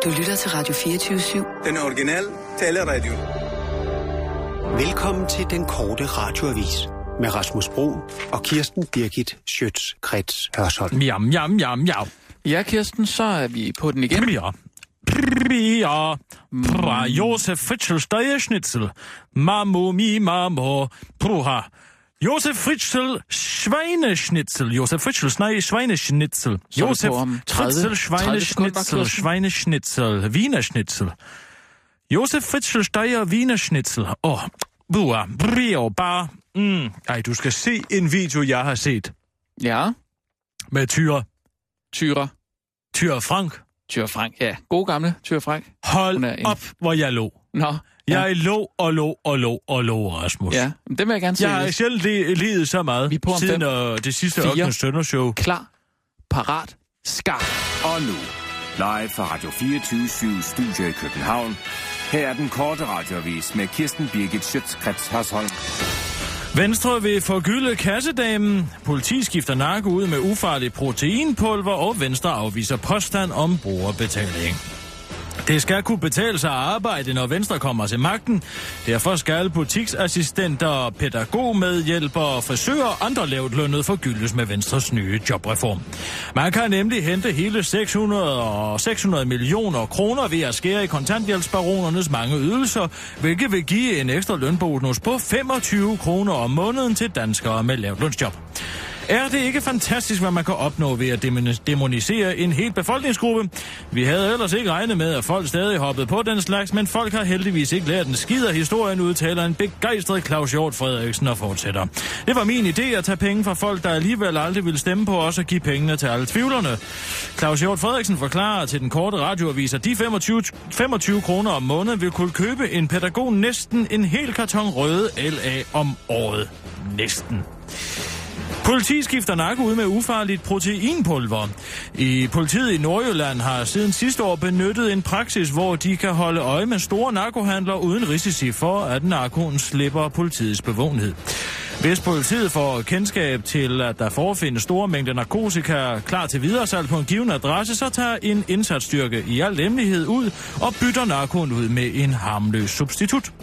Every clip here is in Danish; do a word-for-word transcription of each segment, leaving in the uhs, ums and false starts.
Du lytter til Radio fireogtyve syv. Den originale taleradio. Velkommen til den korte radioavis med Rasmus Bro og Kirsten Birgit Schøtz-Krets Hørsholm. Jam, jam, jam, jam. Ja, Kirsten, så er vi på den igen. Ja. Ja. Pra Josef Fritzl Steierschnitzel. Mamo mi mamo. Pruha. Josef Fritzl Schweineschnitzel. Josef Fritzl Schweineschnitzel. Josef Fritzl Schweineschnitzel. Schweineschnitzel. Wienerschnitzel. Josef Fritzl Steier Wienerschnitzel. Åh, oh, buah, brio, bar. Mm. Ej, du skal se en video, jeg har set. Ja. Med Tyre. Tyre. Tyre Frank. Tyre Frank, ja. God gamle Tyre Frank. Hold en... op, hvor jeg lå. Nå. Ja. Jeg lå og lå og lå og lå, Rasmus. Ja, det vil jeg gerne se. Jeg har sjældent ledet så meget vi på siden fem, det sidste Ørkenens Søndershow. Klar, parat, skarp. Og nu, live fra Radio fireogtyve syv Studio i København. Her er den korte radioavis med Kirsten Birgit Schøtz-Krets Hørsholm. Venstre vil forgylde kassedamen. Politi skifter narko ud med ufarlig proteinpulver, og Venstre afviser påstand om brugerbetaling. Det skal kunne betale sig at arbejde, når Venstre kommer til magten. Derfor skal butiksassistenter, pædagogmedhjælpere, frisører og andre lavt lønnet forgyldes med Venstres nye jobreform. Man kan nemlig hente hele seks hundrede millioner kroner ved at skære i kontanthjælpsbaronernes mange ydelser, hvilket vil give en ekstra lønbonus på femogtyve kroner om måneden til danskere med lavt lønsjob. Er det ikke fantastisk, hvad man kan opnå ved at demonisere en hel befolkningsgruppe? Vi havde ellers ikke regnet med, at folk stadig hoppede på den slags, men folk har heldigvis ikke lært en skid af historien, udtaler en begejstret Claus Hjort Frederiksen og fortsætter. Det var min idé at tage penge fra folk, der alligevel aldrig ville stemme på os og give pengene til alle tvivlerne. Claus Hjort Frederiksen forklarer til den korte radioavis, at de femogtyve kroner om måneden vil kunne købe en pædagog næsten en hel karton røde L A om året. Næsten. Politi skifter narko ud med ufarligt proteinpulver. I politiet i Nordjylland har siden sidste år benyttet en praksis, hvor de kan holde øje med store narkohandlere uden risici for, at narkoen slipper politiets bevågenhed. Hvis politiet får kendskab til, at der forefindes store mængder narkotika klar til videresalg på en given adresse, så tager en indsatsstyrke i al hemmelighed ud og bytter narkoen ud med en harmløs substitut.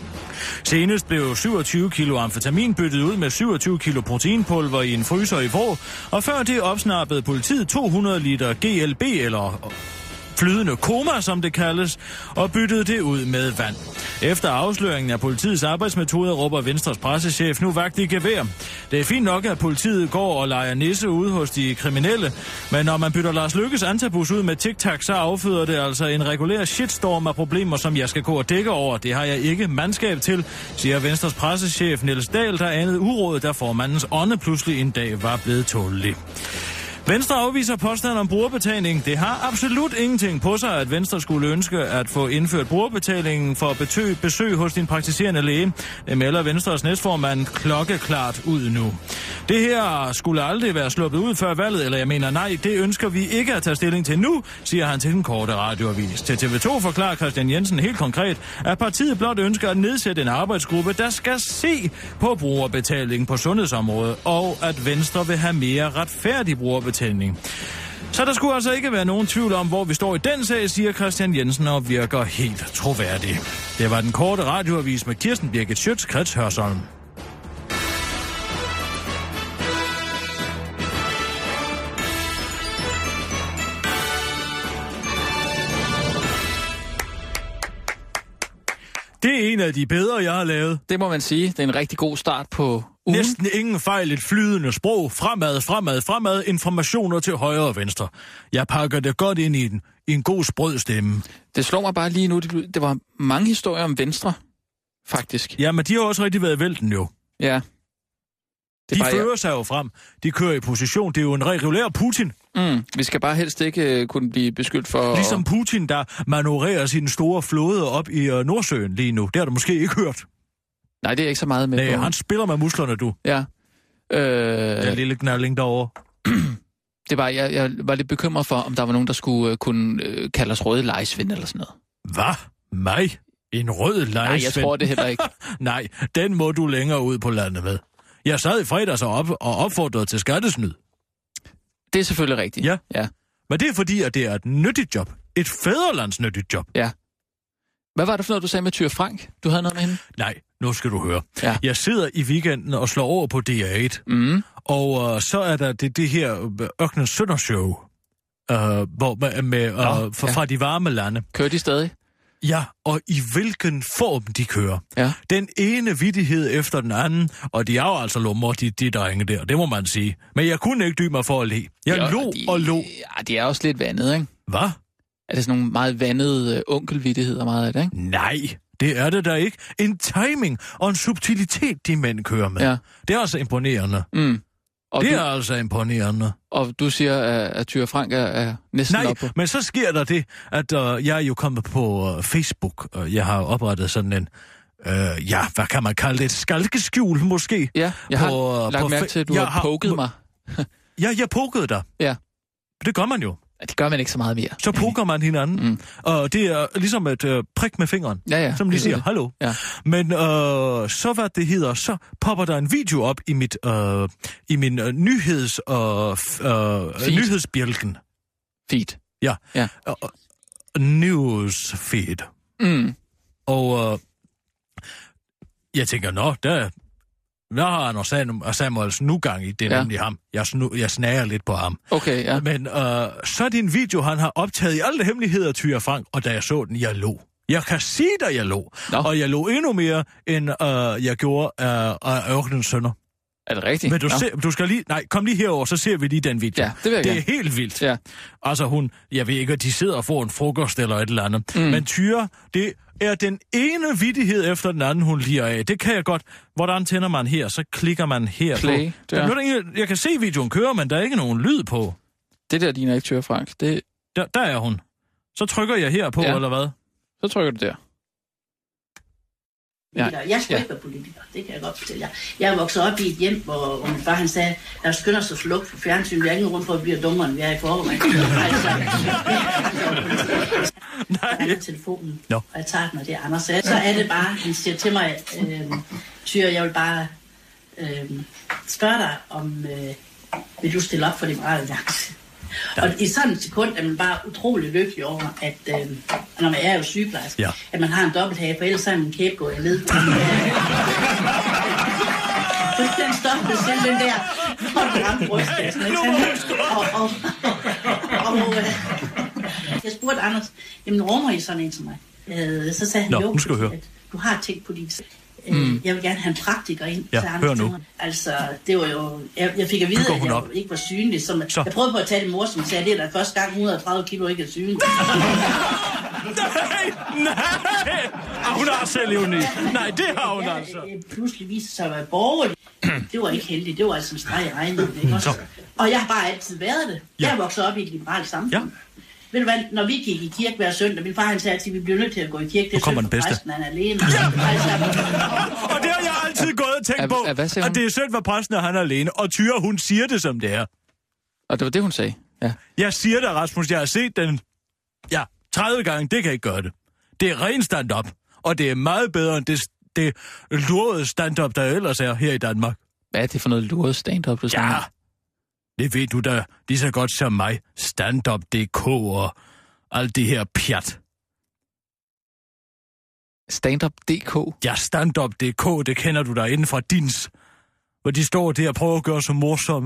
Senest blev syvogtyve kilo amfetamin byttet ud med syvogtyve kilo proteinpulver i en fryser i Vrå, og før det opsnappede politiet to hundrede liter G L B, eller flydende koma, som det kaldes, og byttede det ud med vand. Efter afsløringen af politiets arbejdsmetoder råber Venstres pressechef nu vagt i gevær. Det er fint nok, at politiet går og leger nisse ude hos de kriminelle, men når man bytter Lars Løkkes antabus ud med tic-tac, så afføder det altså en regulær shitstorm af problemer, som jeg skal gå og dække over. Det har jeg ikke mandskab til, siger Venstres pressechef Niels Dahl, der anede urådet, da formandens ånde pludselig en dag var blevet tålelig. Venstre afviser påstand om brugerbetaling. Det har absolut ingenting på sig, at Venstre skulle ønske at få indført brugerbetalingen for betø- besøg hos din praktiserende læge. Det melder Venstres næstformand klokkeklart ud nu. Det her skulle aldrig være sluppet ud før valget, eller jeg mener nej, det ønsker vi ikke at tage stilling til nu, siger han til den korte radioavis. Til T V to forklarer Christian Jensen helt konkret, at partiet blot ønsker at nedsætte en arbejdsgruppe, der skal se på brugerbetaling på sundhedsområdet, og at Venstre vil have mere retfærdig brugerbetaling. Så der skulle altså ikke være nogen tvivl om, hvor vi står i den sag, siger Christian Jensen, og virker helt troværdig. Det var den korte radioavis med Kirsten Birgit Schøtz-Krets Hørsholm. Det er en af de bedre, jeg har lavet. Det må man sige. Det er en rigtig god start på ugen. Næsten ingen fejl, et flydende sprog. Fremad, fremad, fremad. Informationer til højre og venstre. Jeg pakker det godt ind i en, i en god sprød stemme. Det slår mig bare lige nu. Det var mange historier om Venstre, faktisk. Ja, men de har også rigtig været i vælten jo. Ja. De bare, fører sig jo frem. De kører i position. Det er jo en regulær Putin. Mm, vi skal bare helst ikke uh, kunne blive beskyldt for... Ligesom Putin, der manøvrerer sine store flåde op i uh, Nordsøen lige nu. Det har du måske ikke hørt. Nej, det er ikke så meget med. Nej, han spiller med musklerne, du. Ja. Øh... Den lille knalding derovre. Det var, jeg, jeg var lidt bekymret for, om der var nogen, der skulle uh, kunne uh, kalde os røde lejesvend eller sådan noget. Hvad? Mig? En rød lejesvend? Nej, jeg tror det heller ikke. Nej, den må du længere ud på landet med. Jeg sad i fredags og, op, og opfordrede til skattesnyd. Det er selvfølgelig rigtigt. Ja. ja. Men det er fordi, at det er et nyttigt job. Et fædrelandsnyttigt job. Ja. Hvad var det for noget, du sagde med Thyra Frank? Du havde noget med hende? Nej, nu skal du høre. Ja. Jeg sidder i weekenden og slår over på D R et, Mm. og uh, så er der det, det her Ørkenens Søndershow, uh, hvor, med, uh, Nå, fra, ja. fra de varme lande. Kører de stadig? Ja, og i hvilken form de kører. Ja. Den ene vittighed efter den anden, og de er jo altså lummer, de, de drenge der, det må man sige. Men jeg kunne ikke dybe mig for at le. Jeg Jo, lå de, og lå. Ja, de er også lidt vandet, ikke? Hvad? Er det sådan nogle meget vandede uh, onkelvittigheder meget af det, ikke? Nej, det er det da ikke. En timing og en subtilitet, de mænd kører med. Ja. Det er altså imponerende. Mm. Og, Det du, er altså imponerende. og du siger, at, at Thyra Frank er, er næsten Nej, oppe på... men så sker der det, at uh, jeg er jo kommet på uh, Facebook, og jeg har oprettet sådan en, uh, ja, hvad kan man kalde det, et skalkeskjul måske? Ja, jeg på, har uh, lagt på mærke fa- til, at du jeg har har- poket mig. Ja, jeg pokede dig. Ja. Det gør man jo. Det gør man ikke så meget mere. Så poker man hinanden, mm. og det er ligesom et uh, prik med fingeren, Ja, ja. som lige det er siger, det. hallo. Ja. Men uh, så hvad det hedder, så popper der en video op i mit uh, i min uh, nyheds uh, uh, nyhedsbjælken. Fint. Ja. Ja. Uh, news feed. Mm. Og uh, jeg tænker, nå, der, der har Anders Sam- Samuelsen nu gang i, det er Ja. nemlig ham. Jeg, snu, jeg snager lidt på ham. Okay, ja. Men uh, så er det en video, han har optaget i alle hemmeligheder, Thyra Frank, og da jeg så den, jeg lå. Jeg kan sige dig, jeg lå. Nå. Og jeg lå endnu mere, end uh, jeg gjorde af uh, Ørkenens Sønner. Er det rigtigt? Men du, Nå. se, du skal lige... Nej, kom lige herover, så ser vi lige den video. Ja, det vil jeg Det er gerne. helt vildt. Ja. Altså hun... Jeg ved ikke, at de sidder og får en frokost eller et eller andet. Mm. Men Thyra, det er den ene vittighed efter den anden, hun liger af. Det kan jeg godt. Hvordan tænder man her? Så klikker man her Play, på. der. Der, jeg, jeg kan se videoen køre, men der er ikke nogen lyd på. Det der ligner ikke Thyra Frank. Det... Der, der er hun. Så trykker jeg her på, Ja. eller hvad? Så trykker du der. Ja. Jeg skulle Ja. ikke være politiker, det kan jeg godt fortælle jer. Jeg er vokset op i et hjem, hvor, hvor min far han sagde, der skynder sig slukke for fjernsyn, vi er ikke rundt på at blive dummere, end vi er i forvejen. Altså, jeg har telefonen, Nå. og jeg tager den, og det er Anders. Så, så er det bare, han siger til mig, øh, Thyra, jeg vil bare øh, spørge dig, om øh, vil du stille op for Liberal Alliance? Og i sådan et sekund er man bare utrolig lykkelig over, at øh, når man er jo sygeplejerske, Ja. at man har en dobbelthage, for ellers er man en kæbe gået i led. Den stoppede selv den der, hvor den ramte brystkassen. Og, og, og, og øh, jeg spurgte Anders, jamen rummer I sådan en som mig? Øh, så sagde han, Nå, jo, nu skal du høre. at du har tænkt på dit... Mm. Jeg vil gerne have en praktiker ind. Ja, sagde hør Anders nu. til mig. Altså, det var jo... Jeg, jeg fik at vide, Nu går at hun jeg op. ikke var synlig. Som, Så. jeg prøvede på at tage det mor, som sagde, det er da første gang et hundrede og tredive kilo ikke er synlig. Nej! Nej! Ah, hun har selv ironi. Nej, det har hun altså. Jeg, jeg pludselig viste sig at være borgerlig. Det var ikke heldigt. Det var altså en streg i regningen. Ikke også? Og jeg har bare altid været det. Jeg er vokset op i et liberalt samfund. Ja. Ved du hvad, når vi gik i kirke hver søndag, min far han sagde altid, at vi bliver nødt til at gå i kirke. Det er kommer synd den for bedste. præsten, han er alene. Ja. Altså, Og det har jeg altid gået og tænkt Er- på, er- hvad siger at hun? det er synd for præsten, at han er alene. Og Thyra, hun siger det, som det er. Og det var det, hun sagde. Ja. Jeg siger dig, Rasmus, jeg har set den, ja, tredive gange, det kan ikke gøre det. Det er ren stand-up, og det er meget bedre end det, det lurede stand-up, der ellers er her i Danmark. Hvad er det for noget luret stand-up, du snakker Ja, om? det ved du da lige så godt som mig. Stand-up punktum d k og alt det her pjat. Stand-up punktum d k? Ja, stand-up punktum d k, det kender du der inden fra dins, hvor de står der og prøver at gøre sig morsomme.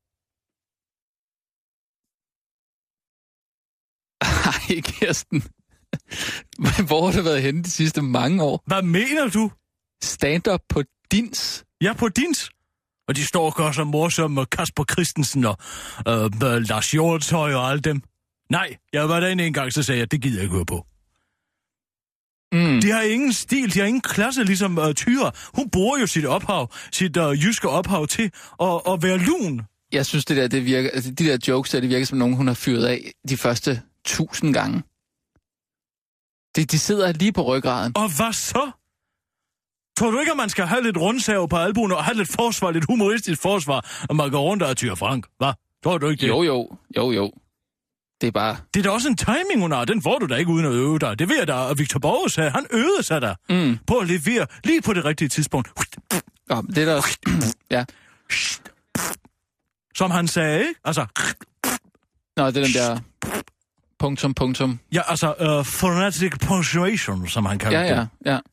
Ej, Kirsten. Hvor har du været henne de sidste mange år? Hvad mener du? Stand-up på dins? Ja, på dins. Og de står og gør sig morsomme med Kasper Christensen og øh, Lars Hjortøj og alle dem. Nej, jeg var derinde en gang, så sagde jeg, det gider jeg ikke høre på. Mm. De har ingen stil, de har ingen klasse, ligesom uh, Thyra. Hun bruger jo sit ophav, sit uh, jyske ophav til at, at være lun. Jeg synes, det der, det virker, altså, de der jokes der, det virker som nogen, hun har fyret af de første tusind gange. De, de sidder lige på ryggraden. Og hvad så? Tror du ikke, at man skal have lidt rundsav på albuen og have lidt forsvar, lidt humoristisk forsvar, og man går rundt og er Thyra Frank, hva? Tror du ikke det? Jo, jo, jo, jo. Det er bare... Det er da også en timing, hun har. Den får du da ikke uden at øve dig. Det ved jeg da, og Victor Borge sagde, han øvede sig der Mm. på at levere lige på det rigtige tidspunkt. Ja, det er der også... ja. Som han sagde, ikke? Altså, Nå, det er den der punktum, punktum. Ja, altså uh, phonetic punctuation, som han kalder Ja, det. ja, ja.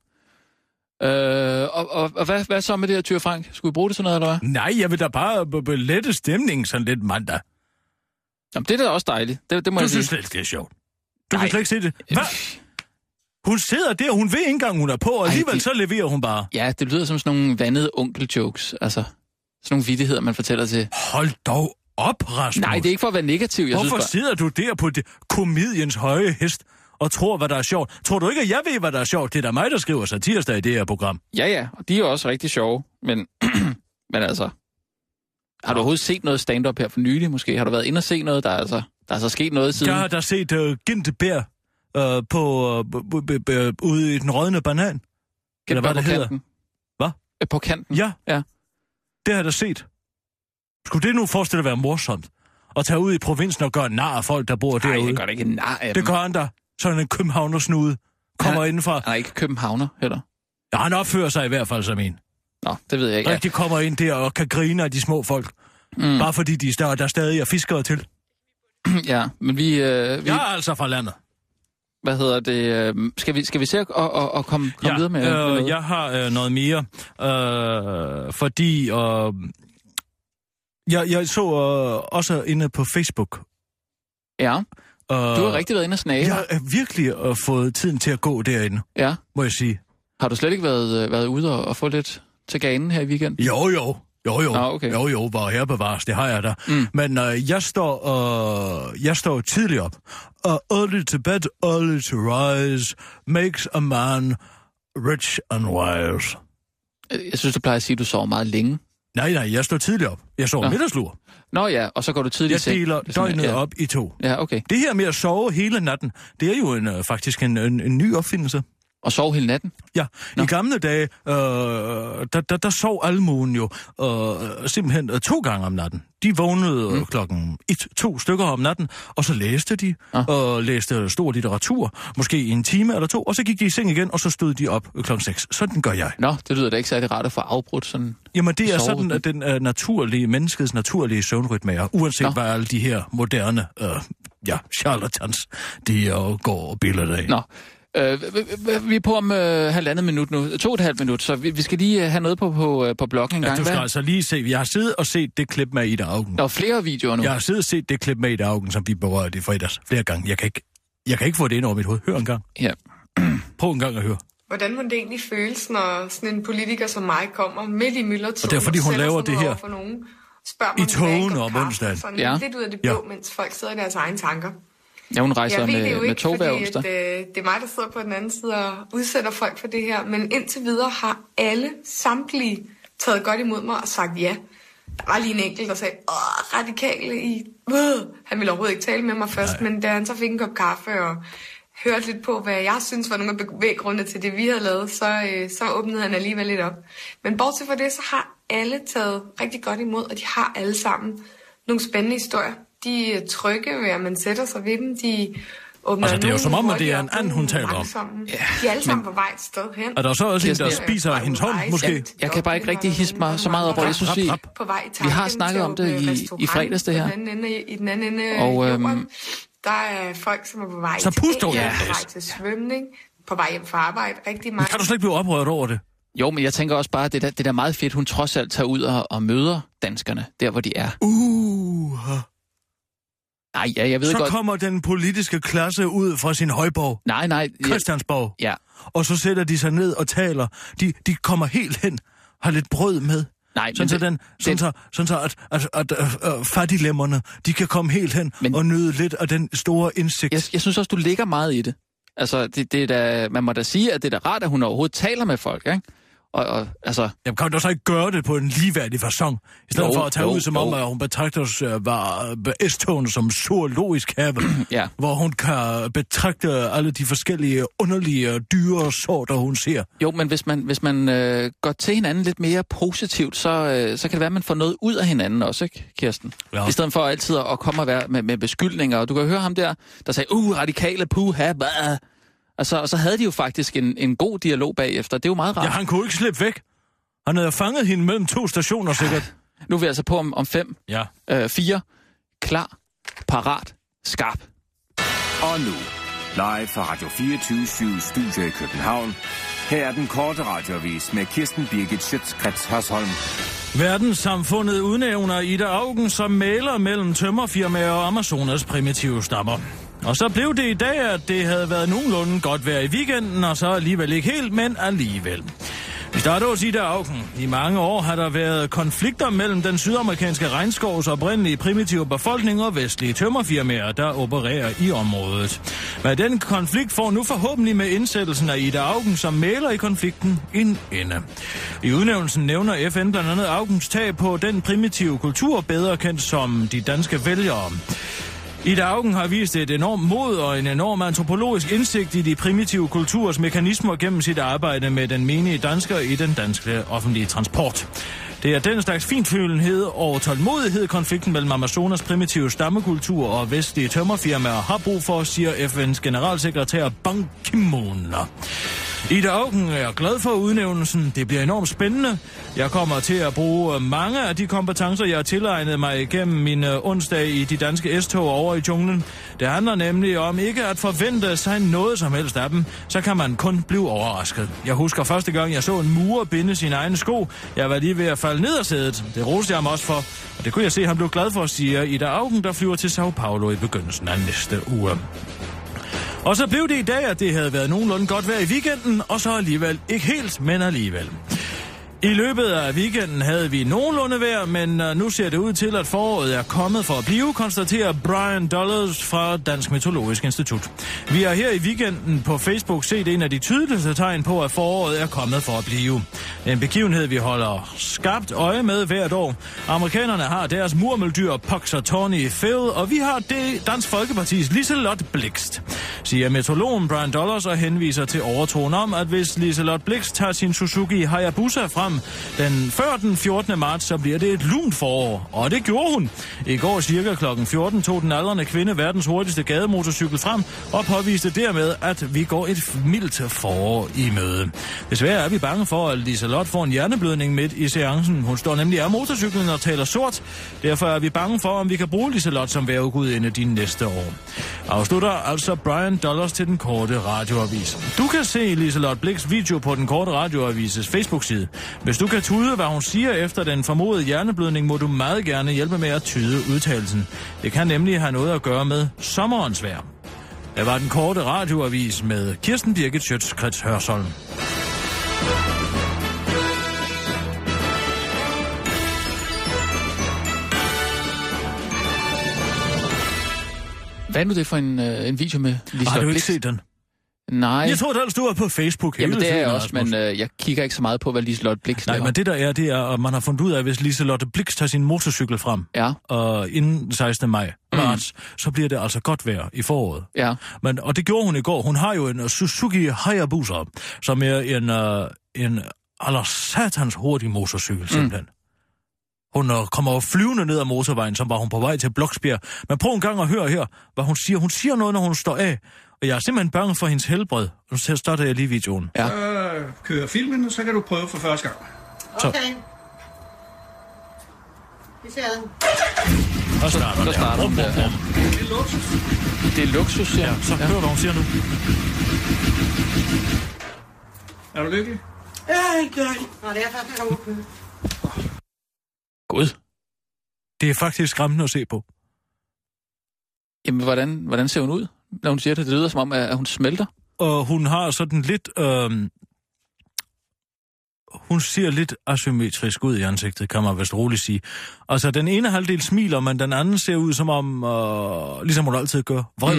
Øh, og og, og hvad, hvad så med det her, Tyre Frank? Skulle vi bruge det sådan noget, eller hvad? Nej, jeg vil da bare b- b- lette stemningen sådan lidt mandag. Jamen, det er da også dejligt. Det, det må Du jeg synes sige. slet, det er sjovt. Du Nej. kan slet ikke se det. Hvad? Hun sidder der, hun ved ikke engang, hun er på, og alligevel det- så leverer hun bare. Ja, det lyder som sådan nogle vandede onkel-jokes. Altså, sådan nogle vittigheder, man fortæller til. Hold dog op, Rasmus. Nej, det er ikke for at være negativ. Jeg Hvorfor synes bare... sidder du der på det, komediens høje hest og tror, hvad der er sjovt? Tror du ikke, at jeg ved, hvad der er sjovt? Det er da mig, der skriver satirsdag i det her program. Ja, ja, og de er jo også rigtig sjove, men, men altså... Har du overhovedet set noget stand-up her for nylig, måske? Har du været inde og se noget, der er altså... Der er så sket noget siden... Jeg har da set uh, Ginte Bær uh, på, uh, b- b- b- ude i den rådne banan. Eller hvad det hedder. Kanten. Hvad? Øh, På kanten? Ja, Ja. det har jeg da set. Skulle det nu forestille at være morsomt? At tage ud i provinsen og gøre nar af folk, der bor Nej, derude? jeg gør da ikke nar af Det dem. gør han da. Sådan en københavnersnude kommer Han- indenfra. Han er ikke københavner, heller. Ja, han opfører sig i hvert fald som en. Nå, det ved jeg ikke. Ja. Ja. Rigtig kommer ind der og kan grine af de små folk. Mm. Bare fordi de der, der stadig er fiskere til. Ja, men vi... Øh, vi Jeg er altså fra landet. Hvad hedder det? Øh, skal, vi, skal vi se at, at, at, at komme, komme Ja, videre med, med øh, noget? jeg har øh, noget mere. Øh, fordi... Øh, jeg, jeg så øh, også inde på Facebook. Ja, Øh, du har rigtig været inde og snage. Jeg har virkelig øh, fået tiden til at gå derinde, Ja. må jeg sige. Har du slet ikke været, øh, været ude og, og få lidt til ganen her i weekenden? Jo, jo. Jo, jo. Ah, okay. Jo, jo, hvor her bevares, det har jeg da. Mm. Men øh, jeg står øh, jeg står tidligt op. Uh, early to bed, early to rise, makes a man rich and wise. Jeg synes, du plejer at sige, at du sover meget længe. Nej, nej, jeg står tidligt op. Jeg sover Nå. middagslur. Nå ja, og så går du tidligt Jeg i seng. deler Det er sådan, døgnet ja. op i to. Ja, okay. Det her med at sove hele natten, det er jo en, øh, faktisk en, en, en ny opfindelse. Og sove hele natten? Ja, Nå. i gamle dage, øh, der, der, der sov almuen jo øh, simpelthen øh, to gange om natten. De vågnede mm. klokken et, to stykker om natten, og så læste de, Ah. og læste stor litteratur, måske i en time eller to, og så gik de i seng igen, og så stod de op klokken seks. Sådan gør jeg. Nå, det lyder da ikke særlig rart at få afbrudt sådan... Jamen, det er Soverytme. sådan, at den øh, naturlige, menneskets naturlige søvnrytme er, uanset Nå. hvad alle de her moderne, øh, ja, charlatans, de øh, går og billeder af. Nå, øh, vi- vi er på om øh, halvandet minut nu. To og et halvt minut, så vi, vi skal lige øh, have noget på, på, øh, på bloggen en Ja, gang. du skal Hvad? altså lige se, jeg har siddet og set det klip med Ida Augen. Der er flere videoer nu. Jeg har siddet og set det klip med Ida Augen, som vi berørte i fredags flere gange. Jeg kan ikke, jeg kan ikke få det ind over mit hoved. Hør en gang. Ja. Prøv en gang at høre. Hvordan må det egentlig føles, når sådan en politiker som mig kommer midt i myldretiden? Og det er, fordi hun sætter laver sig det ned her over for nogen, spørger i mig, hvad en togene kop om kaffe, onsdagen. Sådan Ja. lidt ud af det blå, ja. Mens folk sidder i deres egne tanker. Ja, hun rejser Jeg ved med, det jo med ikke, tog hver fordi onsdag. at, øh, det er mig, der sidder på den anden side og udsætter folk for det her. Men indtil videre har alle samtlige taget godt imod mig og sagt ja. Der var lige en enkelt, der sagde, åh, radikale i... Øh. Han ville overhovedet ikke tale med mig først, Nej. men da han så fik en kop kaffe og hørte lidt på, hvad jeg synes var nogle af bevæggrundene til det, vi havde lavet, så, øh, så åbnede han alligevel lidt op. Men bortset fra det, så har alle taget rigtig godt imod, og de har alle sammen nogle spændende historier. De er trygge ved, at man sætter sig ved dem. De åbner Altså, det er jo nogle som om, at det er en hurtigere, and, hun taler om. langsomme. Ja, de er alle sammen på vej et sted hen. Er der så også en, der Kirsten, spiser hendes hånd, måske? Jeg kan bare ikke rigtig hisse mig så meget over det. Jeg synes, vi, På vej i vi har snakket om det i, i fredags, det her. På den anden ende, I den anden ende Og, af øhm, jorden, der er folk, som er på vej Så til pust dog, teater, ja. på vej til svømning, på vej hjem fra arbejde. Rigtig meget. Kan du slet ikke blive oprørt over det? Jo, men jeg tænker også bare, at det er det er meget fedt, hun trods alt tager ud og, og møder danskerne, der hvor de er. Uh, Nej, ja, jeg ved så godt... kommer den politiske klasse ud fra sin højborg, Nej, nej. Ja, Christiansborg, ja. og så sætter de sig ned og taler. De, de kommer helt hen, har lidt brød med. Nej, Sådan, men så, det, den, sådan, så, sådan så, at, at, at, at uh, fattiglemmerne, de kan komme helt hen Men- og nyde lidt af den store indsigt. jeg, jeg synes også, du ligger meget i det. Altså, det, det er da, man må da sige, at det er da rart, at hun overhovedet taler med folk, ikke? Og, og altså... Jamen, kan du så ikke gøre det på en ligeværdig facon? I stedet Jo, for at tage jo, ud som jo. om, at hun betragter os uh, var, uh, S-togene som zoologisk have, Ja. hvor hun kan betragte alle de forskellige underlige dyre sorter, hun ser. Jo, men hvis man, hvis man øh, går til hinanden lidt mere positivt, så, øh, så kan det være, at man får noget ud af hinanden også, ikke, Kirsten? Ja. I stedet for altid at komme og være med, med beskyldninger. Og du kan høre ham der, der sagde, uh, radikale, puha, bæh. Og så, og så havde de jo faktisk en, en god dialog bagefter. Det er jo meget rart. Ja, han kunne ikke slippe væk. Han havde fanget hende mellem to stationer, sikkert. Nu er vi altså på om, om fem, Ja. øh, fire, klar, parat, skarp. Og nu, live fra Radio fireogtyve syv Studio i København. Her er den korte radioavis med Kirsten Birgit Schøtz-Krets Hørsholm. Verdenssamfundet udnævner Ida Auken som mægler mellem tømmerfirmaer og Amazonas primitive stammer. Og så blev det i dag, at det havde været nogenlunde godt vejr i weekenden, og så alligevel ikke helt, men alligevel. Vi starter hos Ida Auken. I mange år har der været konflikter mellem den sydamerikanske regnskovs oprindelige primitive befolkning og vestlige tømmerfirmaer, der opererer i området. Men den konflikt får nu forhåbentlig med indsættelsen af Ida Auken som mægler i konflikten en ende. I udnævnelsen nævner F N blandt andet Aukens tag på den primitive kultur, bedre kendt som de danske vælgere. Ida Auken har vist et enormt mod og en enorm antropologisk indsigt i de primitive kulturs mekanismer gennem sit arbejde med den menige dansker i den danske offentlige transport. Det er den slags finfølenhed og tålmodighed, konflikten mellem Amazonas primitive stammekultur og vestlige tømmerfirmaer har brug for, siger F N's generalsekretær Ban Ki-moon. Ida Auken er glad for udnævnelsen. Det bliver enormt spændende. Jeg kommer til at bruge mange af de kompetencer, jeg har tilegnet mig igennem min onsdag i de danske S-tog over i junglen. Det handler nemlig om ikke at forvente sig noget som helst af dem. Så kan man kun blive overrasket. Jeg husker første gang, jeg så en murer binde sine egne sko. Jeg var lige ved at falde ned af sædet. Det roste jeg mig også for. Og det kunne jeg se, han blev glad for, siger Ida Auken, der flyver til Sao Paulo i begyndelsen af næste uge. Og så blev det i dag, at det havde været nogenlunde godt vejr i weekenden, og så alligevel ikke helt, men alligevel. I løbet af weekenden havde vi nogenlunde vejr, men nu ser det ud til, at foråret er kommet for at blive, konstaterer Brian Dollars fra Dansk Meteorologisk Institut. Vi har her i weekenden på Facebook set en af de tydeligste tegn på, at foråret er kommet for at blive. En begivenhed, vi holder skarpt øje med hvert år. Amerikanerne har deres murmeldyr Punxsutawney Phil, og vi har det Dansk Folkepartis Liselott Blixt, siger meteorologen Brian Dollars og henviser til overtroen om, at hvis Liselott Blixt tager sin Suzuki Hayabusa frem den før den fjortende marts, så bliver det et lunt forår. Og det gjorde hun. I går cirka klokken fjorten tog den aldrende kvinde verdens hurtigste gademotorcykel frem og påviste dermed, at vi går et mildt forår i møde. Desværre er vi bange for, at Liselott får en hjerneblødning midt i seancen. Hun står nemlig af motorcyklen og taler sort. Derfor er vi bange for, om vi kan bruge Liselott som vejrgudinde de næste år. Afslutter altså Brian Dollars til den korte radioavis. Du kan se Liselott Blixts video på den korte radioavises Facebook-side. Hvis du kan tyde, hvad hun siger efter den formodede hjerneblødning, må du meget gerne hjælpe med at tyde udtalelsen. Det kan nemlig have noget at gøre med sommerens vejr. Det var den korte radioavis med Kirsten Birgit Schøtz-Krets Hørsholm. Hvad er nu det for en, øh, en video med Liselott Blixt? Har du ikke set den? Nej. Jeg tror, der stod på Facebook hele Jamen det er tiden, jeg også, men øh, jeg kigger ikke så meget på, hvad Liselott Blixt Nej, laver. men det der er, det er, at man har fundet ud af, at hvis Liselott Blixt tager sin motorcykel frem, ja. og inden sekstende maj, marts, mm. så bliver det altså godt vejr i foråret. Ja. Men, og det gjorde hun i går. Hun har jo en Suzuki Hayabusa, som er en, uh, en aller satans hurtig motorcykel, simpelthen. Mm. Hun uh, kommer flyvende ned ad motorvejen, som var hun på vej til Bloksbjerg. Men prøv en gang at høre her, hvad hun siger. Hun siger noget, når hun står af. Og jeg er simpelthen bange for hendes helbred. Nu starter jeg lige videoen. Ja. Øh, kører filmen, så kan du prøve for første gang. Okay. Vi ser den. Og starter der. starter der. der. Det er luksus. Det er luksus, ja. ja så ja. Hør, hvad hun siger nu. Er du lykkelig? Ja, ikke gør. Nå, det er faktisk, jeg kommer at køre. Gud. Det er faktisk skræmmende at se på. Jamen, hvordan, hvordan ser hun ud, når hun siger det? Det lyder som om, at hun smelter. Og hun har sådan lidt... Øh... Hun ser lidt asymmetrisk ud i ansigtet, kan man vist roligt sige. Altså, den ene halvdel smiler, men den anden ser ud som om... Øh... Ligesom hun altid gør. Vred.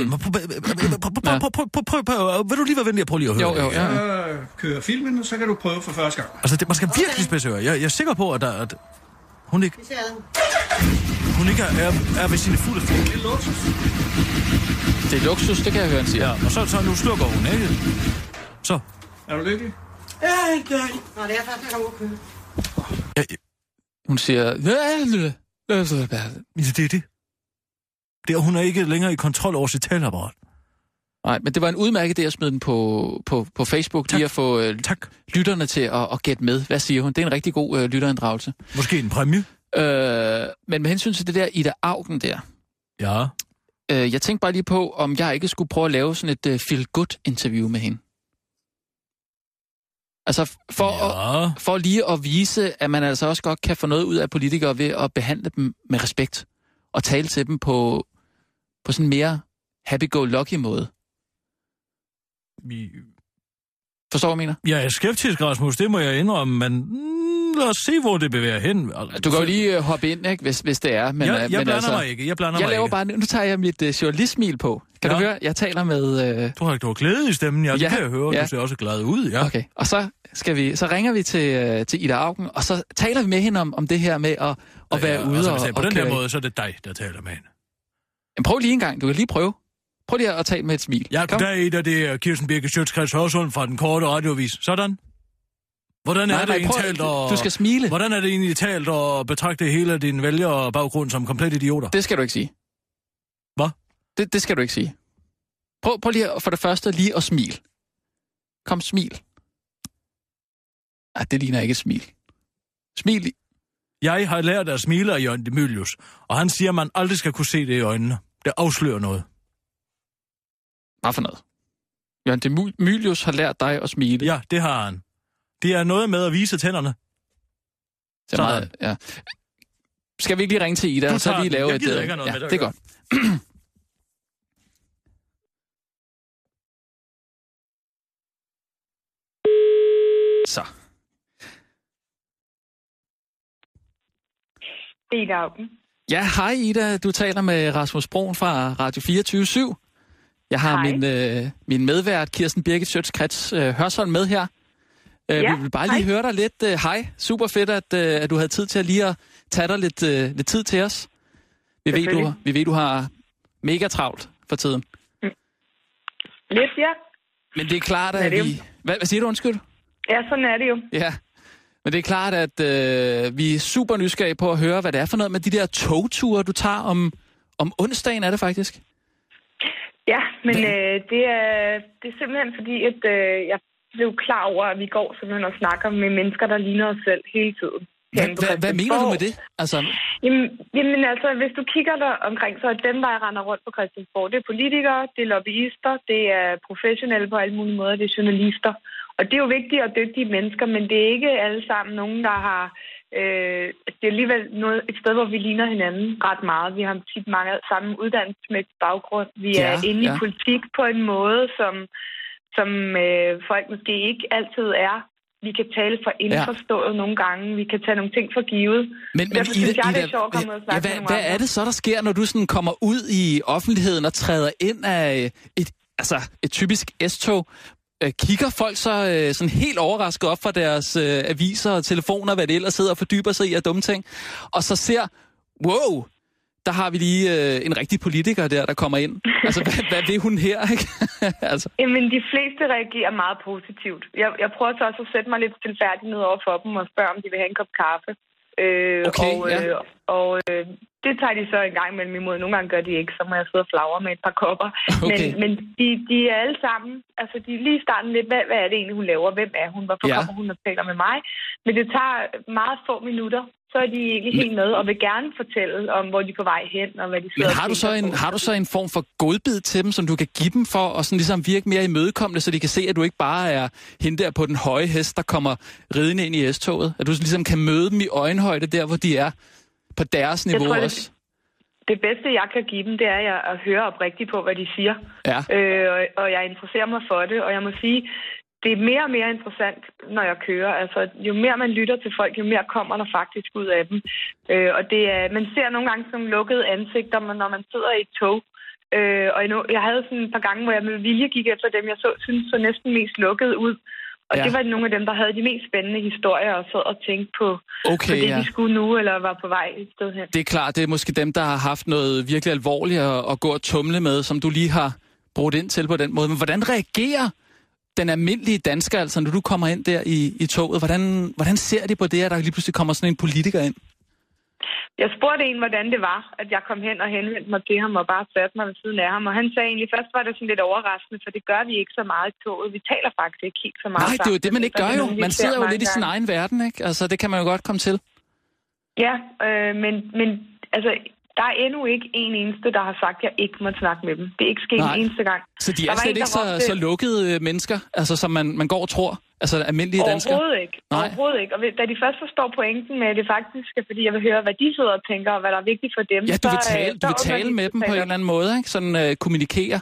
Vil du lige være venlig at prøve lige at høre? Jo, jo, ja. Øh, kører filmen, så kan du prøve for første gang. Altså, det, man skal virkelig spidse øre. Jeg, jeg er sikker på, at, der, at hun ikke... Vi ser den. Hun ikke er, er ved sine fulde fod. Det er luksus. Det er luksus, det kan jeg høre, han siger. Ja, og så, så nu slukker hun, ikke? Så. Er du lykkelig? Ja, ikke gør. Nå, det er faktisk, jeg kommer at køre. Ja, hun siger... Det er det. Det er, hun er ikke længere i kontrol over sit taleapparat. Nej, men det var en udmærket idé at smide den på, på, på Facebook, tak. lige at få øh, tak. lytterne til at, at gætte med. Hvad siger hun? Det er en rigtig god øh, lytterinddragelse. Måske en præmie. Øh, men med hensyn til det der Ida Auken der, ja. Øh, jeg tænkte bare lige på, om jeg ikke skulle prøve at lave sådan et uh, feel-good-interview med hende. Altså for, ja. at, for lige at vise, at man altså også godt kan få noget ud af politikere ved at behandle dem med respekt. Og tale til dem på, på sådan en mere happy-go-lucky måde. Vi... Forstår du, hvad jeg mener? Jeg er skeptisk, Rasmus, det må jeg indrømme, men mm, lad os se, hvor det bevæger hen. Du kan jo lige uh, hoppe ind, ikke, hvis, hvis det er. Men, jeg jeg men blander altså, mig ikke, jeg blander jeg mig laver ikke. bare, nu tager jeg mit uh, journalistsmil på. Kan ja. du høre? Jeg taler med... Uh... Du har, du har glæde i stemmen, ja, det ja, kan jeg høre, ja. Du ser også glad ud, ja. Okay, og så, skal vi, så ringer vi til, uh, til Ida Auken, og så taler vi med hende om, om det her med at, at ja, være ja, ude altså, og... På og den køre. der måde, så er det dig, der taler med hende. Jamen, prøv lige en gang, du kan lige prøve. Prøv lige at tale med et smil. Ja, goddag, Ida, det er Kirsten Birgit Schøtz-Krets Hørsholm fra den korte radiovis. Sådan. Hvordan er nej, det nej, egentlig prøv, talt at... Du skal smile. Hvordan er det egentlig talt at betragte hele din vælgerbaggrund som komplet idioter? Det skal du ikke sige. Hvad? Det, det skal du ikke sige. Prøv, prøv lige for det første lige at smile. Kom, smil. Ah, det ligner ikke et smil. Smil. Jeg har lært at smile af Jørgen de Mylius, og han siger, at man aldrig skal kunne se det i øjnene. Det afslører noget. Hvad for noget? Jørgen de Mylius har lært dig at smile. Ja, det har han. Det er noget med at vise tænderne. Det er meget, ja. Skal vi ikke lige ringe til Ida, og så lige lave jeg et... Jeg ikke noget ja, med det, det er godt. Så. Ida Auken. Ja, hej Ida. Du taler med Rasmus Broen fra Radio fireogtyve syv. Jeg har min, øh, min medvært, Kirsten Birgit Schøtz-Krets øh, Hørsholm, med her. Øh, ja, vi vil bare lige hej. høre dig lidt. Øh, hej, super fedt, at, øh, at du havde tid til at lige at tage dig lidt, øh, lidt tid til os. Vi ved, du, vi ved, du har mega travlt for tiden. Mm. Lidt, ja. Men det er klart, at er vi... Hvad, hvad siger du, undskyld? Ja, sådan er det jo. Ja, men det er klart, at øh, vi er super nysgerrige på at høre, hvad det er for noget med de der togture, du tager om, om onsdagen, er det faktisk? Ja, men øh, det, er, det er simpelthen fordi, at øh, jeg blev klar over, at vi går simpelthen og snakker med mennesker, der ligner os selv hele tiden. Hvad, hvad, hvad mener du med det? Altså... Jamen, jamen altså, hvis du kigger der omkring, så er dem, der render rundt på Christiansborg, det er politikere, det er lobbyister, det er professionelle på alle mulige måder, det er journalister. Og det er jo vigtige og dygtige mennesker, men det er ikke alle sammen nogen, der har... Øh, det er alligevel noget, et sted, hvor vi ligner hinanden ret meget. Vi har tit mange samme uddannelsesmæssig baggrund. Vi ja, er inde ja. i politik på en måde, som, som øh, folk måske ikke altid er. Vi kan tale for indforstået ja. nogle gange. Vi kan tage nogle ting for givet. Men, men Derfor Ida, synes jeg, Ida, det er sjovt at komme ud og snakke ja, med hvad, hvad er det så, der sker, når du sådan kommer ud i offentligheden og træder ind af et, altså et typisk S-tog? Kigger folk så øh, sådan helt overrasket op fra deres øh, aviser og telefoner, hvad det ellers sidder og fordyber sig i af dumme ting, og så ser, wow, der har vi lige øh, en rigtig politiker der, der kommer ind. Altså, hvad, hvad vil hun her, ikke? altså. Jamen, de fleste reagerer meget positivt. Jeg, jeg prøver så også at sætte mig lidt tilfærdigt ned over for dem og spørge, om de vil have en kop kaffe. Øh, okay, og ja. øh, og øh, det tager de så en gang imellem imod. Nogle gange gør de ikke, så må jeg sidde og flagre med et par kopper. Okay. Men, men de, de er alle sammen, altså de er lige i starten lidt, hvad, hvad er det egentlig, hun laver? Hvem er hun? Hvorfor ja. kommer hun og taler med mig? Men det tager meget få minutter, så er de egentlig helt med og vil gerne fortælle om, hvor de er på vej hen og hvad de sidder. Men har du, så en, har du så en form for godbid til dem, som du kan give dem for at sådan ligesom virke mere imødekommende, så de kan se, at du ikke bare er hende der på den høje hest, der kommer ridende ind i S-toget? At du ligesom kan møde dem i øjenhøjde der, hvor de er på deres niveau tror, også? Det, det bedste, jeg kan give dem, det er at høre oprigtigt på, hvad de siger. Ja. Øh, og, og jeg interesserer mig for det, og jeg må sige, det er mere og mere interessant, når jeg kører. Altså, jo mere man lytter til folk, jo mere kommer der faktisk ud af dem. Øh, og det er, man ser nogle gange sådan nogle lukkede ansigter, når man sidder i et tog. Øh, og nu, jeg havde sådan et par gange, hvor jeg med vilje gik efter dem, jeg så, synes så næsten mest lukket ud. Og ja. det var nogle af dem, der havde de mest spændende historier og sad og tænkte på, okay, på det, ja. de skulle nu, eller var på vej et sted hen. Det er klart, det er måske dem, der har haft noget virkelig alvorligt at, at gå og tumle med, som du lige har brugt ind til på den måde. Men hvordan reagerer den almindelige dansker, altså når du kommer ind der i, i toget? Hvordan, hvordan ser de på det, at der lige pludselig kommer sådan en politiker ind? Jeg spurgte en, hvordan det var, at jeg kom hen og henvendte mig til ham og bare satte mig ved siden af ham. Og han sagde egentlig, først var det sådan lidt overraskende, for det gør vi ikke så meget i toget. Vi taler faktisk ikke helt så meget. Nej, det er jo det, man ikke gør jo. Man sidder jo lidt i sin egen verden, ikke? Altså, det kan man jo godt komme til. Ja, øh, men, men altså, Der er endnu ikke en eneste, der har sagt, at jeg ikke må snakke med dem. Det er ikke sket en eneste gang. Så de er slet ikke så, råbte... så lukkede mennesker, altså som man, man går og tror? Altså almindelige danskere? Overhovedet ikke. Nej. Overhovedet ikke. Og da de først forstår pointen med, at det faktisk er, fordi jeg vil høre, hvad de sidder og tænker, og hvad der er vigtigt for dem. Ja, du vil så, tale, du vil tale med dem på en eller anden måde, ikke? Sådan uh, kommunikere.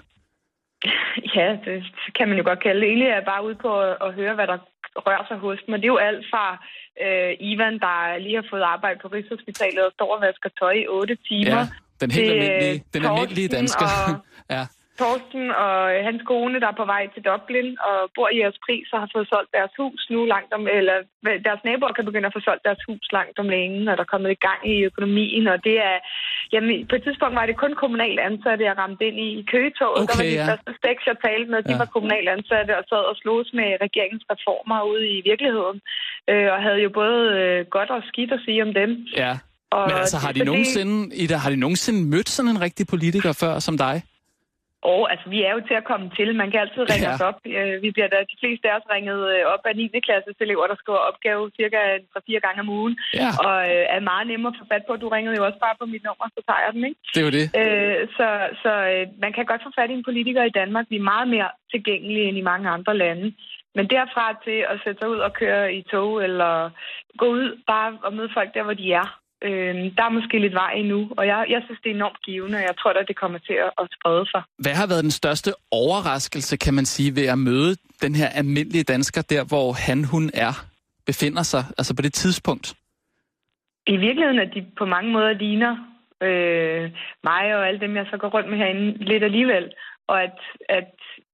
Ja, det kan man jo godt kalde det. Egentlig er jeg bare ude på at, at høre, hvad der rører sig hos dem. Og det er jo alt fra øh, Ivan, der lige har fået arbejde på Rigshospitalet og står og vasker tøj i otte timer. Ja, den helt almindelige, den almindelige dansker. Og ja. Torsten og hans kone, der er på vej til Dublin og bor i Jægerspris og har fået solgt deres hus nu langt om, eller deres naboer kan begynde at få solgt deres hus langt om længe, og der er kommet i gang i økonomien, og det er, jamen på et tidspunkt var det kun kommunalt ansatte, jeg ramte ind i, i køgetoget. Okay, der var de ja. første stæks, jeg talte med, de ja. var kommunalt ansatte og sad og slogs med regeringens reformer ude i virkeligheden, øh, og havde jo både øh, godt og skidt at sige om dem. Ja, og men altså har de, nogensinde, Ida, har de nogensinde mødt sådan en rigtig politiker før som dig? Og altså, vi er jo til at komme til. Man kan altid ringe ja. os op. Vi bliver da de fleste af os ringet op af niende klasses elever, der skriver opgave cirka tre-fire gange om ugen. Ja. Og øh, er meget nemmere at få fat på. Du ringede jo også bare på mit nummer, så tager jeg den, ikke? Det er jo det. Øh, så så øh, man kan godt få fat i en politiker i Danmark. Vi er meget mere tilgængelige end i mange andre lande. Men derfra til at sætte sig ud og køre i tog, eller gå ud bare og møde folk der, hvor de er. Øh, der er måske lidt vej endnu, og jeg, jeg synes, det er enormt givende, og jeg tror at det kommer til at, at sprede sig. Hvad har været den største overraskelse, kan man sige, ved at møde den her almindelige dansker, der hvor han, hun er, befinder sig, altså på det tidspunkt? I virkeligheden, at de på mange måder ligner øh, mig og alle dem, jeg så går rundt med herinde, lidt alligevel, og at, at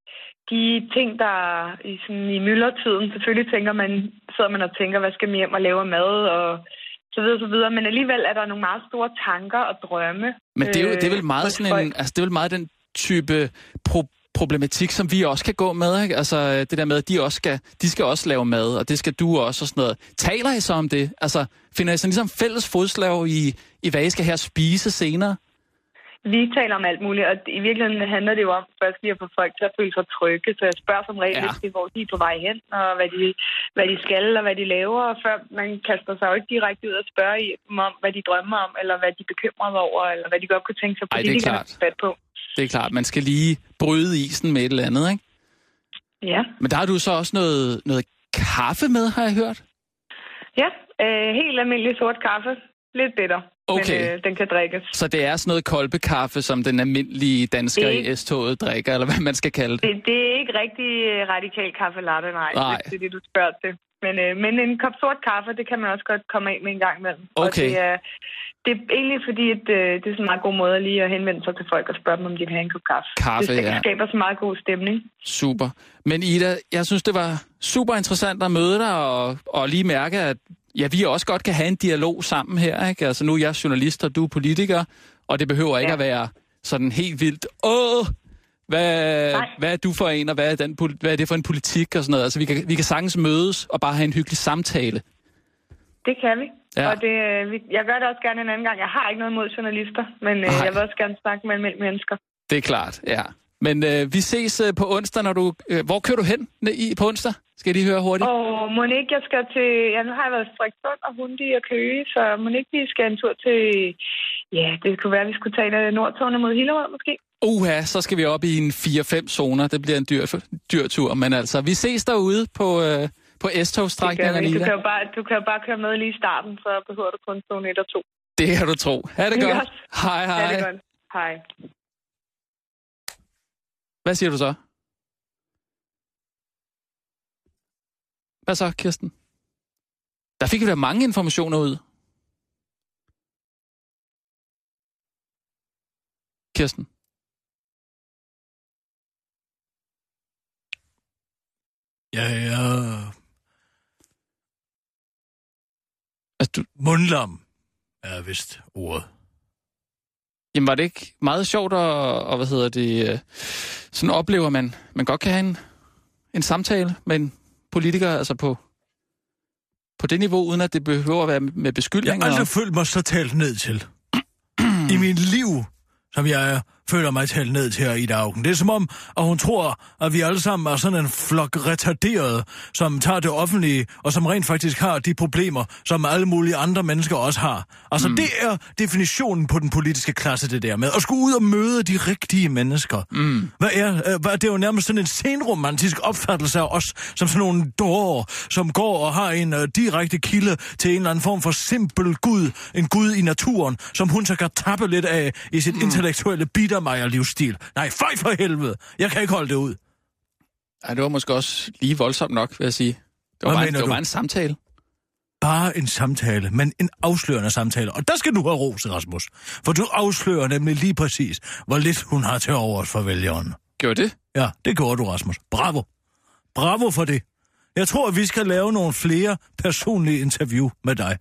de ting, der i, sådan, i myldretiden, selvfølgelig tænker man, sidder man og tænker, hvad skal man hjem og lave mad, og så videre, så videre. Men alligevel er der nogle meget store tanker og drømme. Men det er, jo, det er vel meget sådan en, altså det er vel meget den type pro- problematik, som vi også kan gå med, ikke? Altså det der med, at de også skal, de skal også lave mad, og det skal du også og sådan noget. Taler I så om det? Altså finder I sådan ligesom fælles fodslag i, i hvad I skal her spise senere? Vi taler om alt muligt, og i virkeligheden handler det jo om først lige at få folk til at føle sig trygge, så jeg spørger som regel, ja. hvor de er på vej hen, og hvad de, hvad de skal, og hvad de laver, og før man kaster sig jo ikke direkte ud og spørger dem om, hvad de drømmer om, eller hvad de er bekymrede over, eller hvad de godt kunne tænke sig politikerne fat på. Det er klart, man skal lige bryde isen med et eller andet, ikke? Ja. Men der har du så også noget, noget kaffe med, har jeg hørt? Ja, øh, helt almindelig sort kaffe. Lidt bitter. Okay. Men øh, den kan drikkes. Så det er sådan noget kolbekaffe, som den almindelige dansker det... i S-toget drikker, eller hvad man skal kalde det? Det, det er ikke rigtig radikal kaffe latte, nej. nej. Det er det, du spørger til. Men, øh, men en kop sort kaffe, det kan man også godt komme af med en gang imellem. Okay. Og det er, det er egentlig fordi, at øh, det er sådan en meget god måde lige at henvende sig til folk og spørge dem, om de vil have en kop kaffe. Kaffe, det ja. skaber så meget god stemning. Super. Men Ida, jeg synes, det var super interessant at møde dig og, og lige mærke, at ja, vi også godt kan have en dialog sammen her, ikke? Altså nu er jeg journalist, og du er politiker, og det behøver ikke ja. at være sådan helt vildt, åh, hvad, hvad er du for en, og hvad er, den, hvad er det for en politik og sådan noget. Altså vi kan, vi kan sagtens mødes og bare have en hyggelig samtale. Det kan vi. Ja. Og det, jeg gør det også gerne en anden gang. Jeg har ikke noget mod journalister, men Ej. jeg vil også gerne snakke med almindelige mennesker. Det er klart, ja. Men øh, vi ses øh, på onsdag, når du... Øh, hvor kører du hen i, på onsdag? Skal jeg lige høre hurtigt? Og Monique, jeg skal til... Ja, nu har jeg været i Frederikssund og Hundi og Køge, så Monique, vi skal en tur til... Ja, det kunne være, at vi skulle tage Nordtårnet mod Hillerød, måske. Uha, så skal vi op i en fire fem zoner. Det bliver en dyr, dyr tur, men altså, vi ses derude på, øh, på S-togstrækningen. Du kan jo bare, du kan jo bare køre med lige i starten, så behøver du kun zone et og to. Det kan du tro. Ha' det godt. godt. Hej, hej. Ha' det godt. Hej. Hvad siger du så? Hvad så, Kirsten? Der fik vi da mange informationer ud. Kirsten? Ja, ja. Altså, du... Mundlam er vist ordet. Jamen var det ikke meget sjovt, og, og hvad hedder det, sådan oplever man, man godt kan have en, en samtale med en politiker, altså på, på det niveau, uden at det behøver at være med beskyldninger? Jeg har aldrig følt mig så talt ned til. I mit liv, som jeg er føler mig talt ned til her i Augen. Det er som om, at hun tror, at vi alle sammen er sådan en flok retarderede, som tager det offentlige, og som rent faktisk har de problemer, som alle mulige andre mennesker også har. Altså, mm. det er definitionen på den politiske klasse, det der med at skulle ud og møde de rigtige mennesker. Mm. Hvad er, hvad er det jo nærmest sådan en senromantisk opfattelse af os, som sådan nogle dårer, som går og har en uh, direkte kilde til en eller anden form for simpel gud, en gud i naturen, som hun så kan tappe lidt af i sit mm. intellektuelle bittermejer-livsstil. Nej, fej for helvede! Jeg kan ikke holde det ud. Ej, det var måske også lige voldsomt nok, vil jeg sige. Det var, bare en, det var bare en samtale. Bare en samtale, men en afslørende samtale. Og der skal du have ros, Rasmus. For du afslører nemlig lige præcis, hvor lidt hun har til overs for vælgeren. Gjorde det? Ja, det gjorde du, Rasmus. Bravo. Bravo for det. Jeg tror, at vi skal lave nogle flere personlige interview med dig.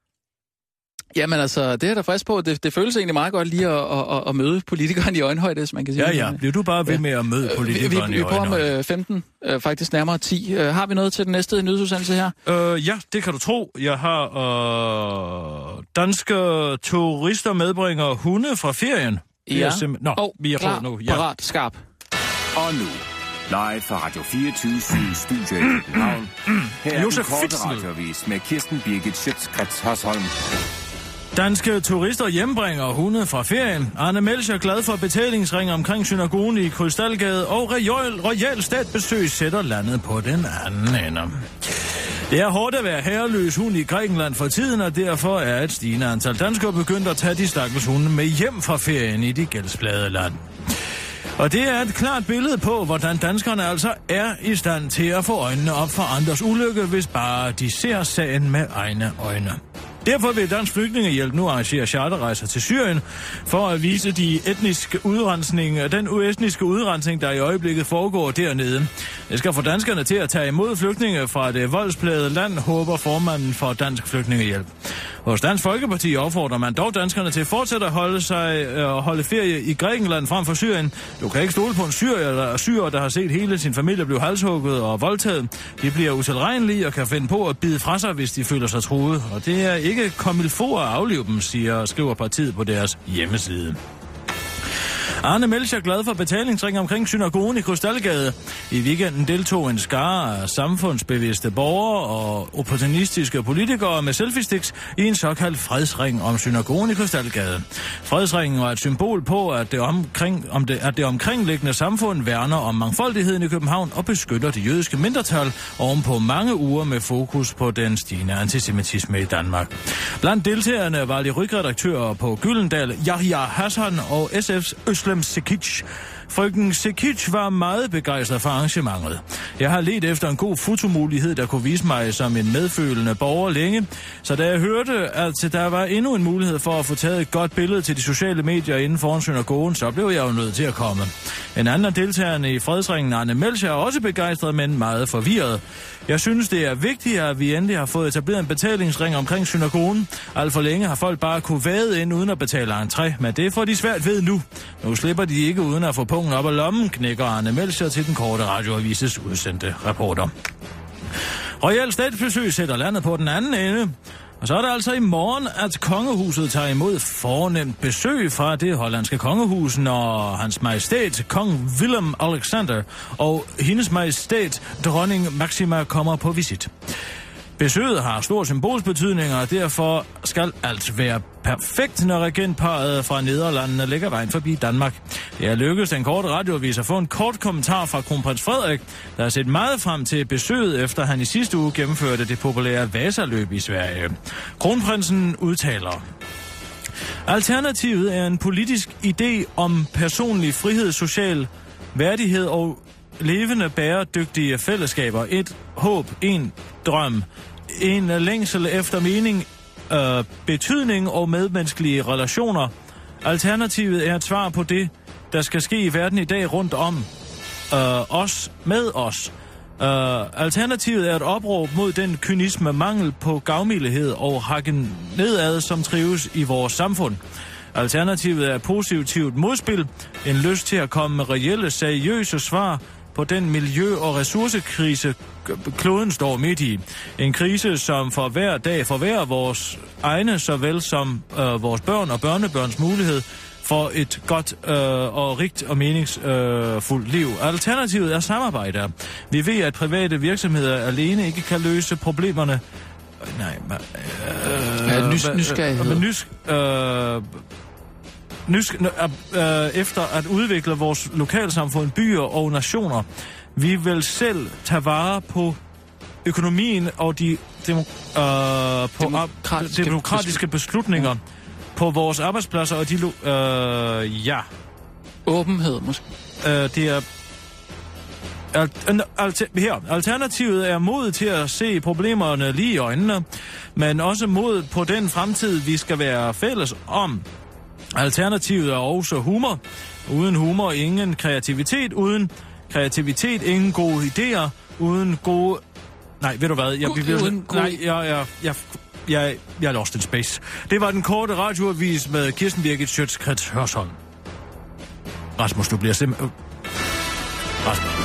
Jamen altså, det er der frisk på. Det, det føles egentlig meget godt lige at, at, at møde politikeren i øjenhøjde, hvis man kan sige. Ja, ja. Bliver du bare ved med at møde politikeren vi, vi, i øjenhøjde? Vi prøver med femten, øh, faktisk nærmere ti. Øh, har vi noget til den næste nyhedsudsendelse her? Øh, ja, det kan du tro. Jeg har øh, danske turister medbringer hunde fra ferien. Ja. Simp- Nå, oh, vi er klar, på nu. Ja. Parat, skarp. Og nu, live fra Radio fireogtyve syv Studio i København. Her er Josef den korte Fitzl. radioavis med Kirsten Birgit Schøtz-Krets Hasholm. Danske turister hjembringer hunde fra ferien. Arne Melchior er glad for betalingsring omkring synagogen i Krystalgade, og royal, royal statbesøg sætter landet på den anden ende. Det er hårdt at være herreløs hund i Grækenland for tiden, og derfor er et stigende antal danskere begyndt at tage de stakkels hunde med hjem fra ferien i de gældsplagede land. Og det er et klart billede på, hvordan danskerne altså er i stand til at få øjnene op for andres ulykke, hvis bare de ser sagen med egne øjne. Derfor vil Dansk Flygtningehjælp nu arrangere charterrejser til Syrien for at vise de etniske udrensning, den etniske udrensning, der i øjeblikket foregår dernede. Det skal få danskerne til at tage imod flygtninge fra det voldsplagede land, håber formanden for Dansk Flygtningehjælp. Hos Dansk Folkeparti opfordrer man dog danskerne til at fortsætte at holde, sig, øh, holde ferie i Grækenland frem for Syrien. Du kan ikke stole på en syrier eller syrer, der har set hele sin familie blive halshugget og voldtaget. De bliver utilregnelige og kan finde på at bide fra sig, hvis de føler sig truet. Og det er ikke comme for at aflive dem, siger, skriver partiet på deres hjemmeside. Arne Melchior er glad for betalingsring omkring synagogen i Krystalgade. I weekenden deltog en skare af samfundsbevidste borgere og opportunistiske politikere med selfie-sticks i en såkaldt fredsring om synagogen i Krystalgade. Fredsringen var et symbol på, at det, omkring, om det, at det omkringliggende samfund værner om mangfoldigheden i København og beskytter de jødiske mindretal ovenpå mange uger med fokus på den stigende antisemitisme i Danmark. Blandt deltagerne var de rygredaktører på Gyldendal, Yahya Hassan og S F's Øslem Sekic. Frøken Sekic var meget begejstret for arrangementet. Jeg har let efter en god fotomulighed, der kunne vise mig som en medfølende borger længe, så da jeg hørte, at der var endnu en mulighed for at få taget et godt billede til de sociale medier inden foran synagogen, så blev jeg jo nødt til at komme. En anden af deltagerne i fredsringen, Arne Melchior, er også begejstret, men meget forvirret. Jeg synes, det er vigtigt, at vi endelig har fået etableret en betalingsring omkring synagogen. Alt for længe har folk bare kunne vade ind uden at betale entré, men det får de svært ved nu. Nu slipper de ikke uden at få pungen op ad lommen, knækker Arne Melchior til den korte radioavises udsendte rapporter. Royal statsbesøg sætter landet på den anden ende. Og så er det altså i morgen, at kongehuset tager imod fornemt besøg fra det hollandske kongehus, når hans majestæt, kong Willem Alexander, og hendes majestæt, dronning Maxima, kommer på visit. Besøget har stor symbolsk betydning, og derfor skal alt være perfekt, når regentparret fra Nederlandene lægger vejen forbi Danmark. Det er lykkedes den korte radioavis at få en kort kommentar fra kronprins Frederik, der har set meget frem til besøget, efter han i sidste uge gennemførte det populære Vasaløb i Sverige. Kronprinsen udtaler: Alternativet er en politisk idé om personlig frihed, social værdighed og levende bæredygtige fællesskaber. Et håb, en drøm, en længsel efter mening, øh, betydning og medmenneskelige relationer. Alternativet er et svar på det, der skal ske i verden i dag rundt om øh, os, med os. Øh, alternativet er et opråb mod den kynisme, mangel på gavmildhed og hakken nedad, som trives i vores samfund. Alternativet er et positivt modspil, en lyst til at komme med reelle, seriøse svar på den miljø- og ressourcekrise, kloden står midt i. En krise, som for hver dag forværrer vores egne, såvel som øh, vores børn og børnebørns mulighed for et godt øh, og rigt og meningsfuldt øh, liv. Alternativet er samarbejde. Vi ved, at private virksomheder alene ikke kan løse problemerne. Nej, men... Øh, ja, nys- nysgerrighed. Men nys, øh, nys, øh, efter at udvikle vores lokalsamfund, byer og nationer. Vi vil selv tage vare på økonomien og de demo, øh, på demokratiske, demokratiske beslutninger ja. på vores arbejdspladser og de... Øh, ja. Åbenhed, måske. Øh, det er... Al- alter, her. Alternativet er mod til at se problemerne lige i øjnene, men også mod på den fremtid, vi skal være fælles om. Alternativet er også humor. Uden humor ingen kreativitet, uden kreativitet ingen gode idéer, uden gode... Nej, ved du hvad? Jeg, God, jeg, uden nej, jeg, jeg, jeg, jeg, jeg er lost in space. Det var den korte radioavis med Kirsten Birgit Schøtz-Krets Hørsholm. Rasmus, du bliver simpelthen... Rasmus.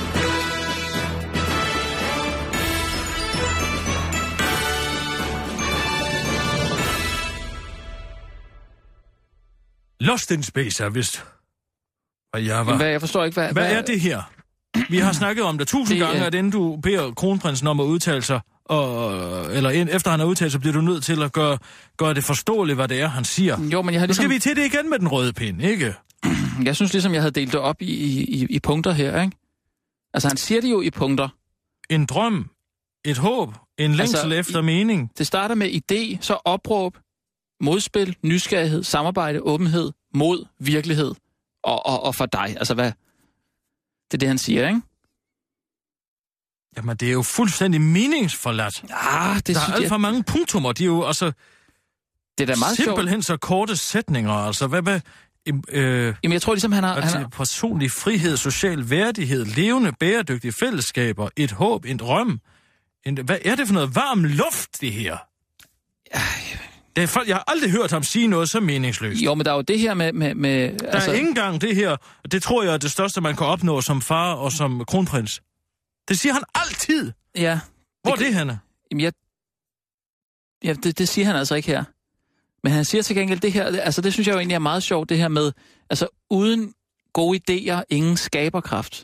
Lost in space er vist... Og jeg, var... hvad, jeg forstår ikke, hvad... Hvad, hvad er det her? Vi har snakket om det tusind det, gange, at inden du beder kronprinsen om at udtale sig, og, eller ind, efter han har udtalt sig, bliver du nødt til at gøre, gøre det forståeligt, hvad det er, han siger. Jo, men jeg har ligesom... Nu skal vi til det igen med den røde pind, ikke? Jeg synes ligesom, jeg havde delt det op i, i, i punkter her, ikke? Altså, han siger det jo i punkter. En drøm, et håb, en længsel altså, efter i, mening. Det starter med idé, så opråb, modspil, nysgerrighed, samarbejde, åbenhed, mod, virkelighed. Og, og, og for dig, altså hvad... Det er det, han siger, ikke? Jamen, det er jo fuldstændig meningsforladt. Ah, det der er alt for jeg... mange punktummer. De er jo altså... Det er da meget simpelthen sjovt. Så korte sætninger. Altså, hvad med... Øh, Jamen, jeg tror ligesom, han har... Han har... Personlig frihed, social værdighed, levende, bæredygtige fællesskaber, et håb, en drøm. En, hvad er det for noget varm luft, det her? Ja, det er folk, jeg har aldrig hørt ham sige noget så meningsløst. Jo, men der er jo det her med... med, med der altså... er ikke engang det her. Det tror jeg er det største, man kan opnå som far og som kronprins. Det siger han altid. Ja. Hvor det, er det henne? Jamen, jeg... Ja, det, det siger han altså ikke her. Men han siger til gengæld det her... Altså, det synes jeg jo egentlig er meget sjovt, det her med... Altså, uden gode idéer, ingen skaberkraft.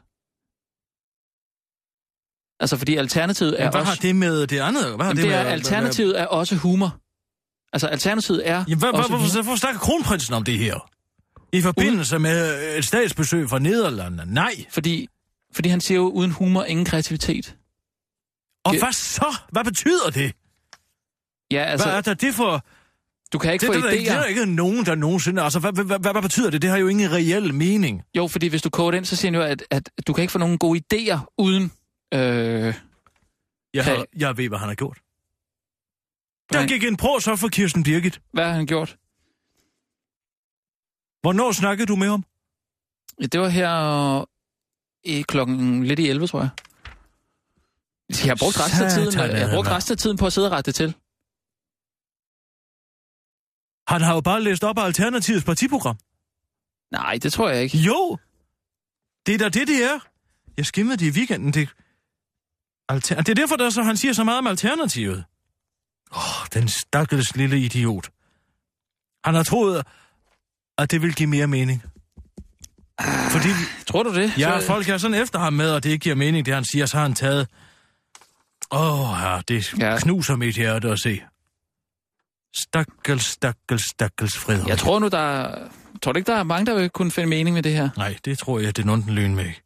Altså, fordi alternativet er hvad også... Hvad har det med det andet? Hvad har Jamen, det, det med, er, alternativet er også humor. Altså, alternativet er... Jamen, hvad, også hvorfor, hvorfor, hvorfor snakker kronprinsen om det her? I forbindelse uden... med et statsbesøg fra Nederlandene? Nej. Fordi, fordi han siger jo, uden humor, ingen kreativitet. Og Ge- hvad så? Hvad betyder det? Ja, altså... Hvad er der det for... Du kan ikke det, få det, idéer. Det er der ikke nogen, der nogensinde... Altså, hvad, hvad, hvad, hvad betyder det? Det har jo ingen reel mening. Jo, fordi hvis du koger den, så siger han jo, at, at du kan ikke få nogen gode idéer uden... Øh, jeg, har, jeg ved, hvad han har gjort. Der han... gik en prøv så for Kirsten Birgit. Hvad har han gjort? Hvornår snakkede du med ham? Ja, det var her i klokken lidt i elleve, tror jeg. Jeg har brugt resten af tiden, jeg har brugt resten af tiden på at sidde og rette det til. Han har jo bare læst op af Alternativets partiprogram. Nej, det tror jeg ikke. Jo! Det er da det, det er. Jeg skimmede det i weekenden. Det, Alter... det er derfor, der så, han siger så meget om Alternativet. Åh, oh, den stakkels lille idiot. Han har troet, at det vil give mere mening. Ah, Fordi... Tror du det? Ja, så... folk er sådan efter ham med, og det ikke giver mening, det han siger, så har han taget... Åh, oh, ja, det ja. knuser mit hjerte at se. Stakkels, stakkels, stakkels Frederik. Jeg tror nu, der er... Tror du ikke, der er mange, der vil kunne finde mening med det her? Nej, det tror jeg, det er nogen, den løn med.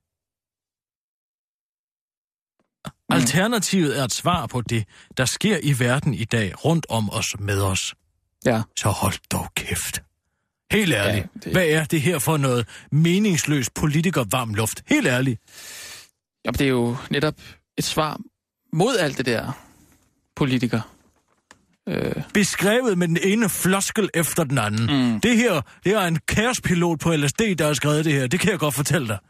Mm. Alternativet er et svar på det, der sker i verden i dag, rundt om os, med os. Ja. Så hold dog kæft. Helt ærligt. Ja, det... Hvad er det her for noget meningsløs politiker varm luft? Helt ærligt. Jamen, det er jo netop et svar mod alt det der politiker. Øh... Beskrevet med den ene floskel efter den anden. Mm. Det her, det er en kaospilot på L S D, der har skrevet det her. Det kan jeg godt fortælle dig.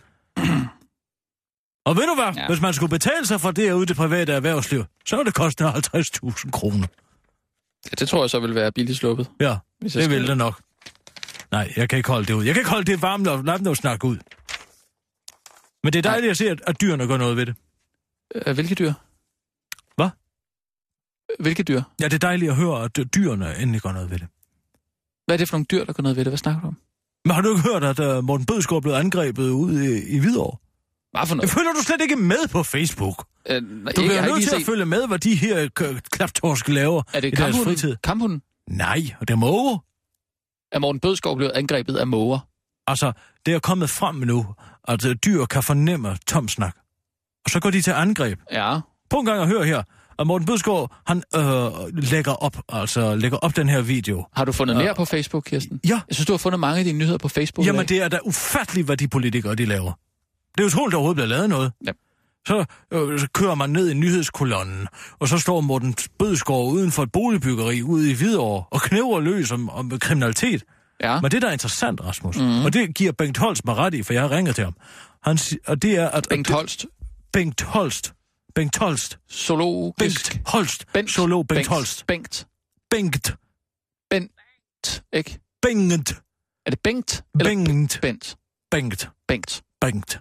Og ved du hvad? Ja. Hvis man skulle betale sig for det her ude i det private erhvervsliv, så ville det koste halvtreds tusind kroner. Ja, det tror jeg så vil være billigt sluppet. Ja, det vil det nok. Nej, jeg kan ikke holde det ud. Jeg kan ikke holde det varmt og lad dem snakke ud. Men det er dejligt at se, at, at dyrene gør noget ved det. Øh, hvilke dyr? Hvad? Hvilke dyr? Ja, det er dejligt at høre, at dyrene endelig gør noget ved det. Hvad er det for nogle dyr, der går ned ved det? Hvad snakker du om? Men har du ikke hørt, at uh, Morten Bødskov er blevet angrebet ude i, i Hvidovre? Hvad for noget? Jeg føler du slet ikke med på Facebook. Øh, du ikke, bliver nødt til set... at følge med, hvad de her k- klaptorske laver er det i deres fritid. Kamphunden? Nej, og det er måger. Er Morten Bødskov blevet angrebet af måger? Altså, det er kommet frem nu, at uh, dyr kan fornemme tomsnak. Og så går de til angreb. Ja. På en gang at høre her, at Morten Bødskov, han øh, lægger op, altså lægger op den her video. Har du fundet mere uh, på Facebook, Kirsten? Ja. Jeg synes, du har fundet mange af dine nyheder på Facebook. Jamen, det er da ufatteligt, hvad de politikere, de laver. Det er jo utroligt, der overhovedet bliver lavet noget. Ja. Så, øh, så kører man ned i nyhedskolonnen, og så står Morten Bødskov uden for et boligbyggeri ude i Hvidovre og knæver løs om, om kriminalitet. Ja. Men det, der er interessant, Rasmus, mm. og det giver Bengt Holst mig ret i, for jeg har ringet til ham. Han, og det er, at... Bengt Holst? Bengt Holst. Bengt Holst. Zoologisk. Bengt Holst. Bengt. Zoolog Bengt Bengt. Holst. Bengt. Bengt. Bengt, ikke? Bengt. Er det Bengt? Bengt. Bengt. Bengt. Bengt. Bengt.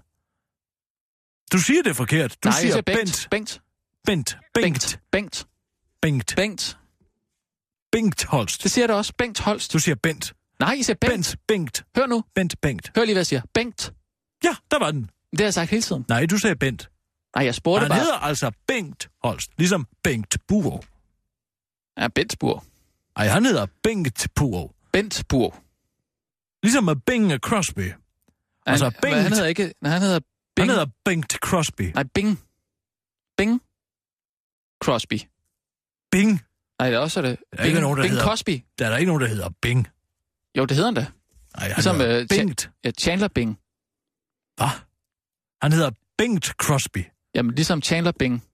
Du siger det forkert. Du Nej, siger jeg Bengt. Bengt. Bengt. Bengt. Bengt. Bengt. Bengt. Bengt Holst. Det siger det også. Bengt Holst. Du siger Bengt. Nej, I siger Bengt. Bengt. Bengt. Hør nu. Bengt. Bengt. Hør lige, hvad jeg siger. Bengt. Ja, der var den. Det har jeg sagt hele tiden. Nej, du sagde Bengt. Nej, jeg spurgte Han bare. Han hedder altså Bengt Holst. Ligesom Bengt Burov. Ja, Bengt Burov. Nej, han hedder Bengt Burov. Bengt Burov. Ligesom med Bing Crosby. Han, altså Bengt... Han hedder ikke... Nej, han hedder Bing. Han hedder Bengt Crosby. Nej, Bing. Bing Crosby. Bing? Nej, det er også det. Der er Bing, ikke nogen, der Bing hedder... Crosby. Der er der ikke nogen, der hedder Bing. Jo, det hedder han da. Nej, han ligesom, hedder uh, Bengt. Ch- ja, Chandler Bing. Hvad? Han hedder Bengt Crosby. Jamen, ligesom Chandler Bing.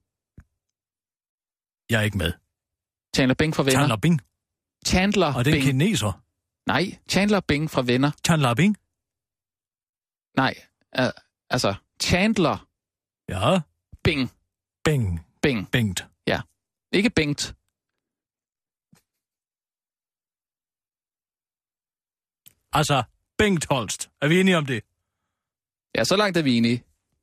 Jeg er ikke med. Chandler Bing fra Venner. Chandler Bing. Chandler Og det er en Bing. kineser. Nej, Chandler Bing fra Venner. Chandler Bing? Nej, uh, altså Chandler. Ja. Bing. Bing. Bing. Bengt. Ja. Ikke Bengt. Altså, Bengt Holst. Er vi enige om det? Ja, så langt er vi enige.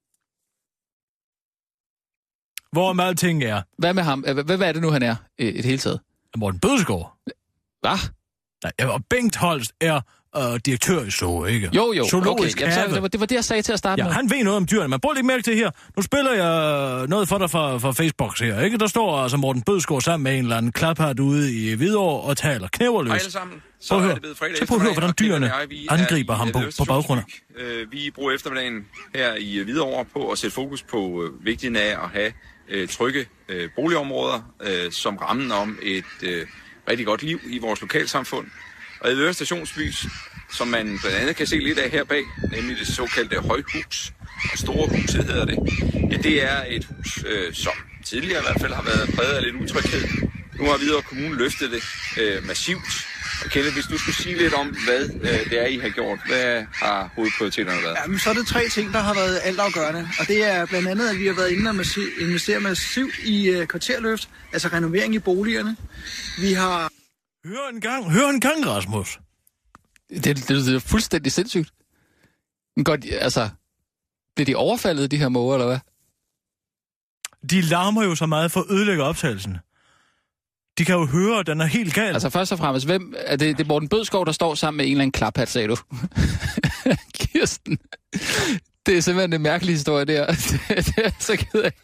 Hvor med alting er? Hvad med ham? Hvad, hvad er det nu, han er i et hele taget? Morten Bødskov. Hvad? Nej, og Bengt Holst er øh, direktør i Zoo, ikke? Jo, jo. Zoologisk okay. Jamen, have. så, det, var, det var det, jeg sagde til at starte ja, med. han ved noget om dyrene. Man prøv lige mærke til her. Nu spiller jeg noget for dig fra, fra Facebook her, ikke? Der står altså Morten Bødskov sammen med en eller anden klaphat ude i Hvidovre og taler knæverløs. Hej alle sammen. Så prøv at er høre. det blevet fredag Så prøv at høre, hvordan dyrene angriber ham på, på baggrund. Vi bruger eftermiddagen her i Hvidovre på at sætte fokus på vigtigheden af at have øh, trygge øh, boligområder øh, som rammen om et øh, rigtig godt liv i vores lokalsamfund. Og i Øre Stationsby, som man blandt andet kan se lidt af her bag, nemlig det såkaldte højhus, og store huset hedder det, ja, det er et hus, øh, som tidligere i hvert fald har været præget af lidt utryghed. Nu har Hvidovre Kommune løftet det øh, massivt. Og Kenneth, hvis du skulle sige lidt om, hvad øh, det er, I har gjort, hvad har hovedprioriteterne været? Jamen, så er det tre ting, der har været altafgørende. Og det er blandt andet, at vi har været inde og massiv, investere massivt i øh, kvarterløft, altså renovering i boligerne. Vi har... Hør en gang, hør en gang, Rasmus. Det, det, det er fuldstændig sindssygt. Godt, altså, bliver de overfaldet, de her måger, eller hvad? De larmer jo så meget for at ødelægge optagelsen. De kan jo høre, at den er helt gal. Altså først og fremmest, hvem er det, det er Morten Bødskov, der står sammen med en eller anden klaphat, sagde du? Kirsten. Det er simpelthen en mærkelig historie, der. Det, det er så ked af.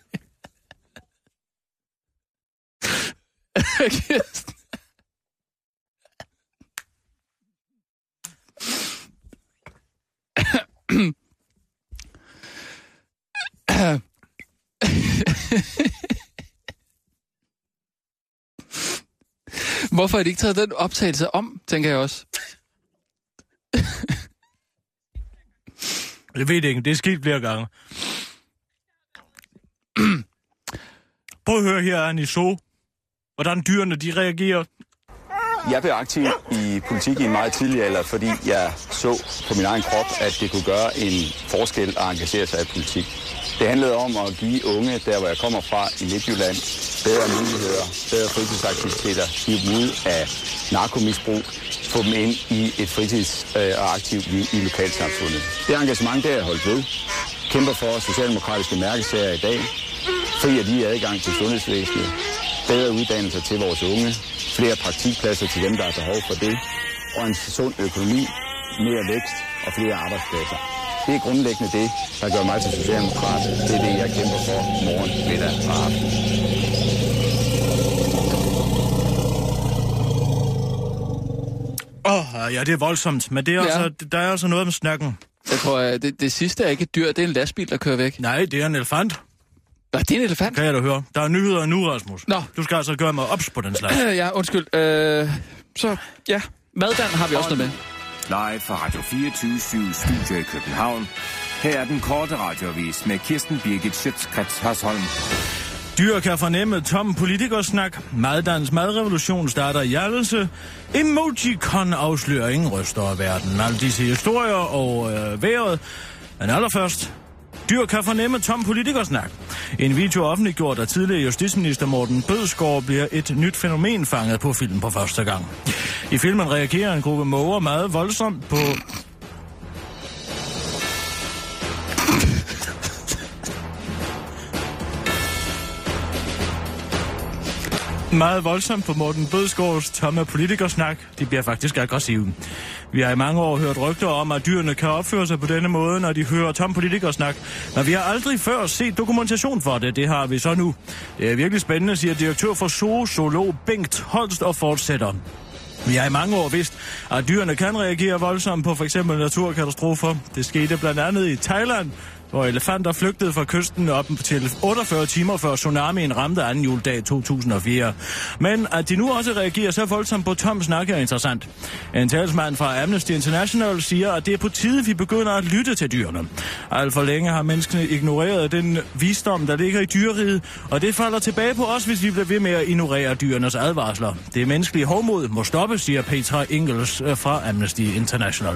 Kirsten. Hvorfor har de ikke taget den optagelse om, tænker jeg også. Jeg ved det ikke, det er sket flere gange. Prøv at høre her, Annie So. Hvordan dyrene, de reagerer. Jeg blev aktiv i politik i en meget tidlig alder, fordi jeg så på min egen krop, at det kunne gøre en forskel at engagere sig i politik. Det handlede om at give unge, der hvor jeg kommer fra i Midtjylland, bedre muligheder, bedre fritidsaktiviteter, hive dem ud af narkomisbrug, få dem ind i et fritids- og aktivt liv i lokalsamfundet. Det engagement, der er holdt ved. Kæmper for socialdemokratiske mærkesager i dag. Fri og lige adgang til sundhedsvæsenet. Bedre uddannelser til vores unge. Flere praktikpladser til dem, der har behov for det. og en sund økonomi, mere vækst og flere arbejdspladser. Det er grundlæggende det, der gør mig til socialdemokrat. Det er det, jeg kæmper for morgen, middag og aften. Åh, oh, ja, det er voldsomt, men det er Ja. også, der er også noget med snakken. Jeg tror, at det, det sidste er ikke et dyr, det er en lastbil, der kører væk. Nej, det er en elefant. Nå, det er en elefant? Kan jeg da høre. Der er nyheder nu, Rasmus. Nå. Du skal altså gøre mig ops på den slags. Ja, undskyld. Øh, så, ja. Maddan har vi også noget med. Live fra Radio fireogtyve syv Studio i København. Her er den korte radioavis med Kirsten Birgit Schøtzgrads Hasholm. Dyr kan fornemme tom politikersnak. Maddans madrevolution starter i Hjallelse. Emojicon-afsløring ryster verden. Alle disse historier og øh, vejret. Men allerførst... Dyr kan fornemme tom politikersnak. En video offentliggjort af tidligere justitsminister Morten Bødskov bliver et nyt fænomen fanget på film på første gang. I filmen reagerer en gruppe måger meget voldsomt på... meget voldsomt på Morten Bødskovs tomme politikersnak. De bliver faktisk aggressive. Vi har i mange år hørt rygter om, at dyrene kan opføre sig på denne måde, når de hører tom politikersnak. Men vi har aldrig før set dokumentation for det. Det har vi så nu. Det er virkelig spændende, siger direktør for zoolog Bengt Holst og fortsætter. Vi har i mange år vidst, at dyrene kan reagere voldsomt på f.eks. naturkatastrofer. Det skete blandt andet i Thailand, hvor elefanter flygtede fra kysten op til otteogfyrre timer før tsunamien ramte anden juledag to tusind og fire. Men at de nu også reagerer så voldsomt på tom snak er interessant. En talsmand fra Amnesty International siger, at det er på tide, vi begynder at lytte til dyrene. Alt for længe har menneskene ignoreret den visdom, der ligger i dyreriget, og det falder tilbage på os, hvis vi bliver ved med at ignorere dyrenes advarsler. Det menneskelige hovmod må stoppe, siger Petra Engels fra Amnesty International.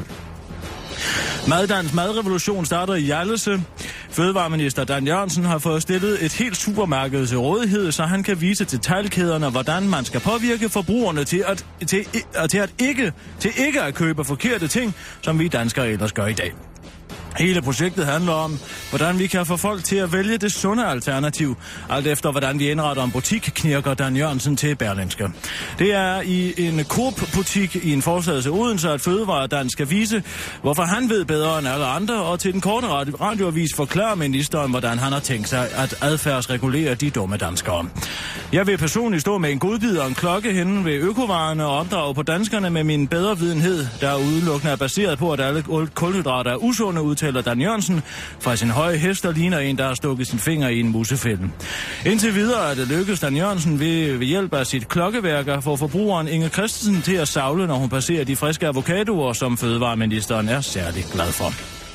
Maddans madrevolution starter i Hjallese. Fødevareminister Dan Jørgensen har fået stillet et helt supermarked til rådighed, så han kan vise detailkæderne, hvordan man skal påvirke forbrugerne til at, til, til at, ikke, til ikke at købe forkerte ting, som vi danskere ellers gør i dag. Hele projektet handler om, hvordan vi kan få folk til at vælge det sunde alternativ, alt efter hvordan vi indretter en butik, knirker Dan Jørgensen til Berlingske. Det er i en Coop-butik i en forstad til Odense, at Fødevaredan skal vise, hvorfor han ved bedre end alle andre, og til den korte radioavis forklarer ministeren, hvordan han har tænkt sig at adfærdsregulere de dumme danskere. Jeg vil personligt stå med en godbid og en klokke henne ved økovarerne og opdrage på danskerne med min bedre videnhed, der udelukkende er baseret på, at alle kulhydrater er usunde, udtaler Dan Jørgensen fra sin høje hest, der ligner en, der har stukket sin finger i en musefælde. Indtil videre er det lykkedes Dan Jørgensen ved, ved hjælp af sit klokkeværker for forbrugeren Inge Christensen til at savle, når hun passerer de friske avocadoer, som fødevareministeren er særlig glad for.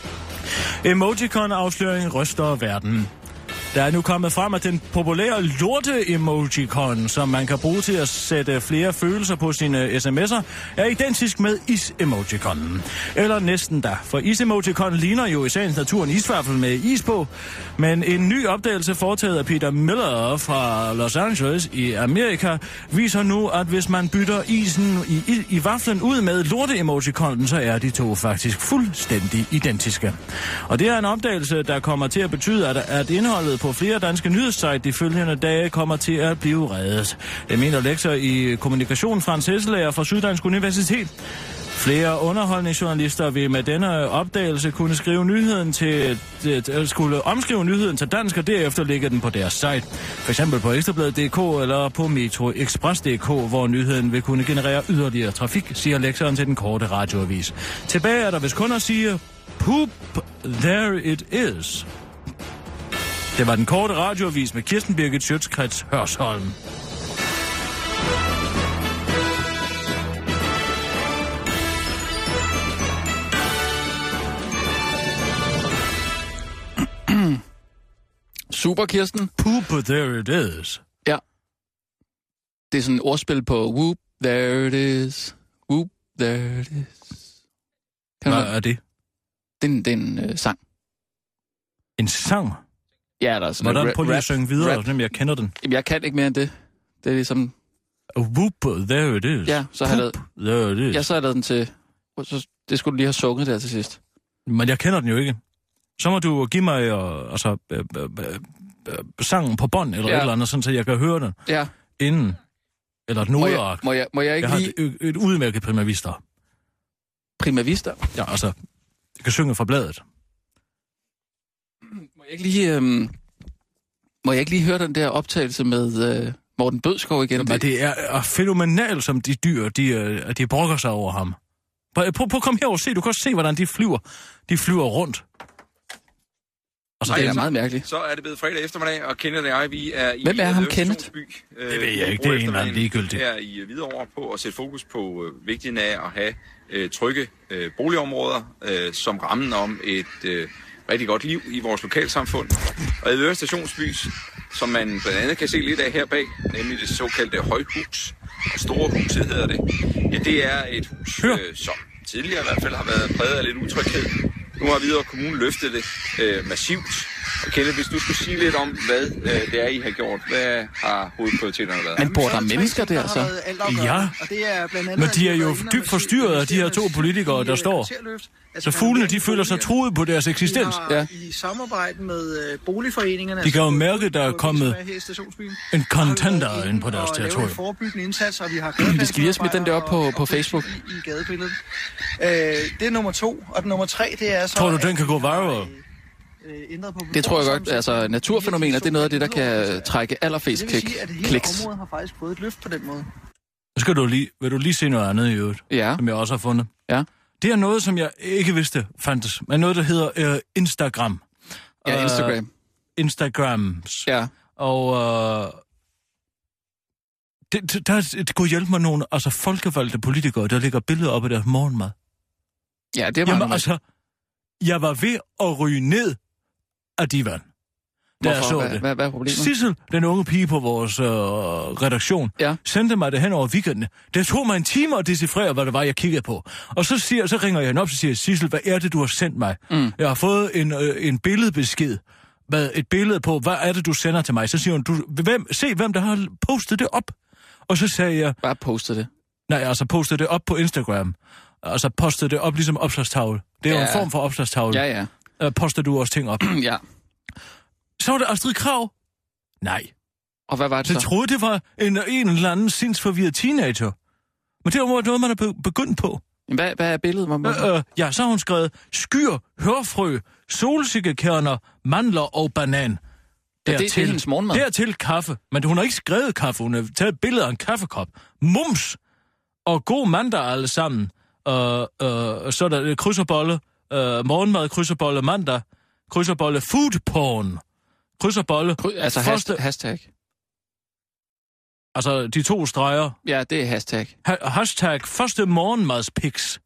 Emojicon-afsløring ryster verden. Der er nu kommet frem, at den populære lorte-emojicon, som man kan bruge til at sætte flere følelser på sine sms'er, er identisk med is-emojiconen. Eller næsten da, for is-emojiconen ligner jo i sagens natur en isvaffel med is på, men en ny opdagelse foretaget af Peter Miller fra Los Angeles i Amerika viser nu, at hvis man bytter isen i, i, i vaflen ud med lorte-emojiconen, så er de to faktisk fuldstændig identiske. Og det er en opdagelse, der kommer til at betyde, at, at indholdet på flere danske nyhedssite de følgende dage kommer til at blive reddet. Det mener lektor i kommunikation Frans Hesselager fra Syddansk Universitet. Flere underholdningsjournalister vil med denne opdagelse kunne skrive nyheden til, skulle omskrive nyheden til dansk, og derefter lægge den på deres site. For eksempel på ekstrabladet punktum d k eller på metroexpress punktum d k, hvor nyheden vil kunne generere yderligere trafik, siger lektoren til den korte radioavis. Tilbage er der vist kun at sige, poop, there it is. Det var den korte radioavis med Kirsten Birgit Schøtzgrads Hasholm. Super, Kirsten. Poop, there it is. Ja. Det er sådan et ordspil på whoop, there it is. Whoop, there it is. Kan Hvad er det? Det er en, det er en uh, sang. En sang? Ja, der er sådan Hvordan rap, prøver du at synge videre, rap. Nemlig jeg kender den? Jamen, jeg kan ikke mere end det. Det er ligesom... A whoop, there it is. Ja, så har jeg lavet... There it is. Ja, så har jeg lavet den til... Så det skulle du lige have sunget der til sidst. Men jeg kender den jo ikke. Så må du give mig uh, altså, uh, uh, uh, sangen på bånd eller ja. et eller andet, sådan så jeg kan høre den. Ja. Inden. Eller et nodeark. Må jeg, må jeg, må jeg ikke jeg lige... har et, et udmærket Prima Vista. Prima Vista. Ja, altså, jeg kan synge fra bladet. Må jeg ikke lige, øh, må jeg ikke lige høre den der optagelse med øh, Morten Bødskov igen? Men det er, er fænomenalt, som de dyr, de, de brokker sig over ham. Prøv, prøv, prøv at komme herover og se. Du kan også se, hvordan de flyver. De flyver rundt. Og så det er meget mærkeligt. Så er det blevet fredag eftermiddag, og Kenneth og jeg, vi er i... Hvem er ham, Kenneth? Øh, det ved jeg ikke, det er en eller anden ligegyldigt. Her i Hvidovre på at sætte fokus på øh, vigtigheden af at have øh, trygge øh, boligområder, øh, som rammen om et øh, rigtig godt liv i vores lokalsamfund. Og i Hvidovre Stationsby, som man blandt andet kan se lidt af her bag, nemlig det såkaldte Højhus, og Store Huset hedder det. Ja, det er et hus, øh, som tidligere i hvert fald har været præget af lidt utryghed. Nu har Hvidovre Kommune løftet det øh, massivt. Og Kenneth, hvis du skulle sige lidt om, hvad øh, det er, I har gjort, hvad har hovedprioriteterne været? Men bor der mennesker der så? Ja, men de er jo dybt forstyrret af de her to politikere, der står. Så fuglene, de føler sig truet på deres eksistens. Ja. I samarbejde med uh, boligforeningerne... De kan jo mærke, der er kommet en contender ind på deres territorium. Og forebyggende indsats, og vi har... Vi skal lige have smidt den der op på, på Facebook. I, i gadebilledet. Uh, det er nummer to, og nummer tre, det er så... Tror du, den kan gå viral? Det tror jeg godt. Altså, naturfænomener, det er noget af det, der kan trække allerflest klik. Det vil sige, at hele området har faktisk fået et løft på den måde. Skal du lige, vil du lige se noget andet i øvrigt, ja. Som jeg også har fundet? Ja. Det er noget, som jeg ikke vidste fandtes, men noget, der hedder uh, Instagram. Ja, Instagram. Uh, Instagrams. Ja. Og uh, det, der, det kunne hjælpe mig nogle altså folkevalgte politikere, der lægger billeder op af deres morgenmad. Ja, det var Jamen, altså, jeg var ved at ryge ned af divan. Hvorfor? Så hvad, hvad, hvad er problemet? Sissel, den unge pige på vores øh, redaktion, ja. sendte mig det hen over weekenden. Det tog mig en time at decifrere, hvad det var, jeg kiggede på. Og så, siger, så ringer jeg hende op og siger, Sissel, hvad er det, du har sendt mig? Mm. Jeg har fået en, øh, en billedbesked. Hvad, et billede på, hvad er det, du sender til mig? Så siger hun, du, hvem, se hvem, der har postet det op. Og så sagde jeg... Bare postet det? Nej, altså postet det op på Instagram. Altså postet det op ligesom opslagstavle. Det er ja. jo en form for opslagstavle. Ja, ja. Øh, poster du også ting op? Ja. Så var det Astrid Krag. Nej. Og hvad var det så? Jeg troede, det var en, en eller anden sindsforvirret teenager. Men det var noget, man er begyndt på. Hvad, hvad er billedet? Øh, øh, ja, så har hun skrevet skyr, hørfrø, solsikkekerner, mandler og banan. Ja, det, det er hendes morgenmad. Dertil kaffe. Men hun har ikke skrevet kaffe, hun har taget et billede af en kaffekop. Mums! Og god mandag alle sammen. Øh, øh, så er der krydserbolle, øh, morgenmad, krydserbolle, mandag, krydserbolle, foodporn. Krydserbolle. Kry- altså første... hashtag. Altså, de to streger. Ja, det er hashtag. Ha- hashtag første morgenmadspiks.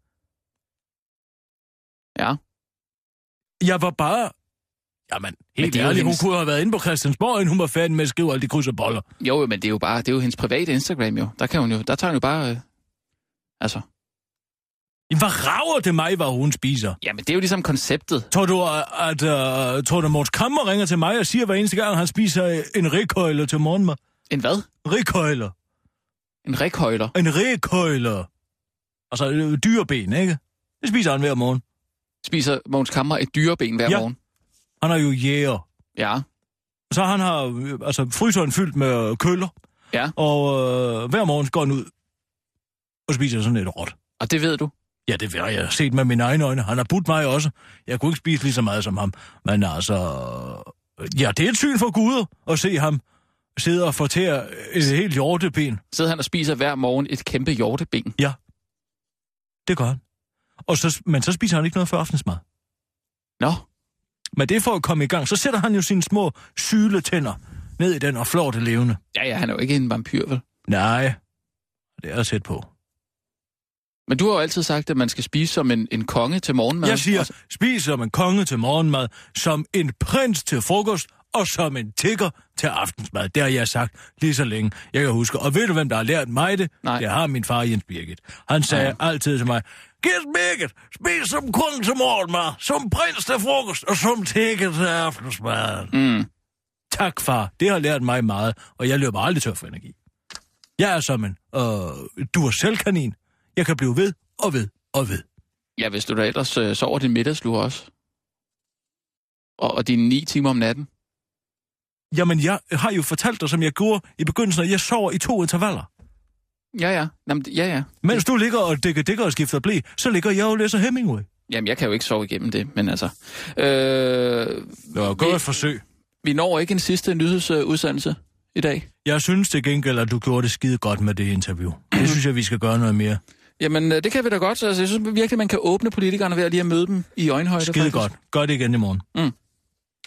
Ja. Jeg var bare... Jamen, helt ærligt, hendes... hun kunne have været inde på Christiansborg, inden hun var færdig med at skrive alle de krydserboller. Jo, men det er jo bare... Det er jo hendes private Instagram, jo. Der kan hun jo... Der tager hun jo bare... Øh... Altså... Hvad rager det mig, hvad hun spiser? Jamen, det er jo ligesom konceptet. Tror du, at... Uh, tror du, Morts Kammer ringer til mig og siger, hver eneste gang, han spiser en rikøjler til morgenmad? En hvad? Rikøjler. En rikøjler? En rikøjler. Altså, dyreben, ikke? Det spiser han hver morgen. Spiser Mogens Kammer et dyreben hver ja. morgen? Han er jo jæger. Ja. Så han har altså fryseren fyldt med køller. Ja. Og øh, hver morgen går han ud og spiser sådan et råt. Og det ved du? Ja, det har jeg set med mine egne øjne. Han har budt mig også. Jeg kunne ikke spise lige så meget som ham. Men altså... Ja, det er et syn for guder at se ham sidde og fortære et helt hjorteben. Sidder han og spiser hver morgen et kæmpe hjorteben? Ja. Det gør han. Og så, men så spiser han ikke noget før aftensmad. Nå. Men det er for at komme i gang. Så sætter han jo sine små syle tænder ned i den og flår det levende. Ja, ja, han er jo ikke en vampyr, vel? Nej, det er jeg tæt på. Men du har jo altid sagt, at man skal spise som en, en konge til morgenmad. Jeg siger, spis som en konge til morgenmad, som en prins til frokost, og som en tigger til aftensmad. Det har jeg sagt lige så længe, jeg kan huske. Og ved du, hvem der har lært mig det? Nej. Det har min far, Jens Birgit. Han sagde ja. altid til mig, Jens Birgit, spis som konge til morgenmad, som prins til frokost, og som tigger til aftensmad. Mm. Tak, far. Det har lært mig meget, og jeg løber aldrig tør for energi. Jeg er som en øh, Duracell-kanin. Jeg kan blive ved og ved og ved. Ja, hvis du da ellers øh, sover din middagslur også. Og, og dine ni timer om natten. Jamen, jeg har jo fortalt dig, som jeg gjorde i begyndelsen, at jeg sover i to intervaller. Ja, ja. Jamen, ja, ja. Mens du ligger og dækker dækker og skifter blæ, så ligger jeg og læser Hemingway. Jamen, jeg kan jo ikke sove igennem det, men altså... Øh, det var godt et forsøg. Vi når ikke en sidste nyhedsudsendelse i dag. Jeg synes til gengæld, at du gjorde det skide godt med det interview. Det synes jeg, vi skal gøre noget mere. Jamen, det kan vi da godt. Altså, jeg synes virkelig, man kan åbne politikerne ved at lige at møde dem i øjenhøjde. Skide faktisk. Godt. Gør det igen i morgen. Mm.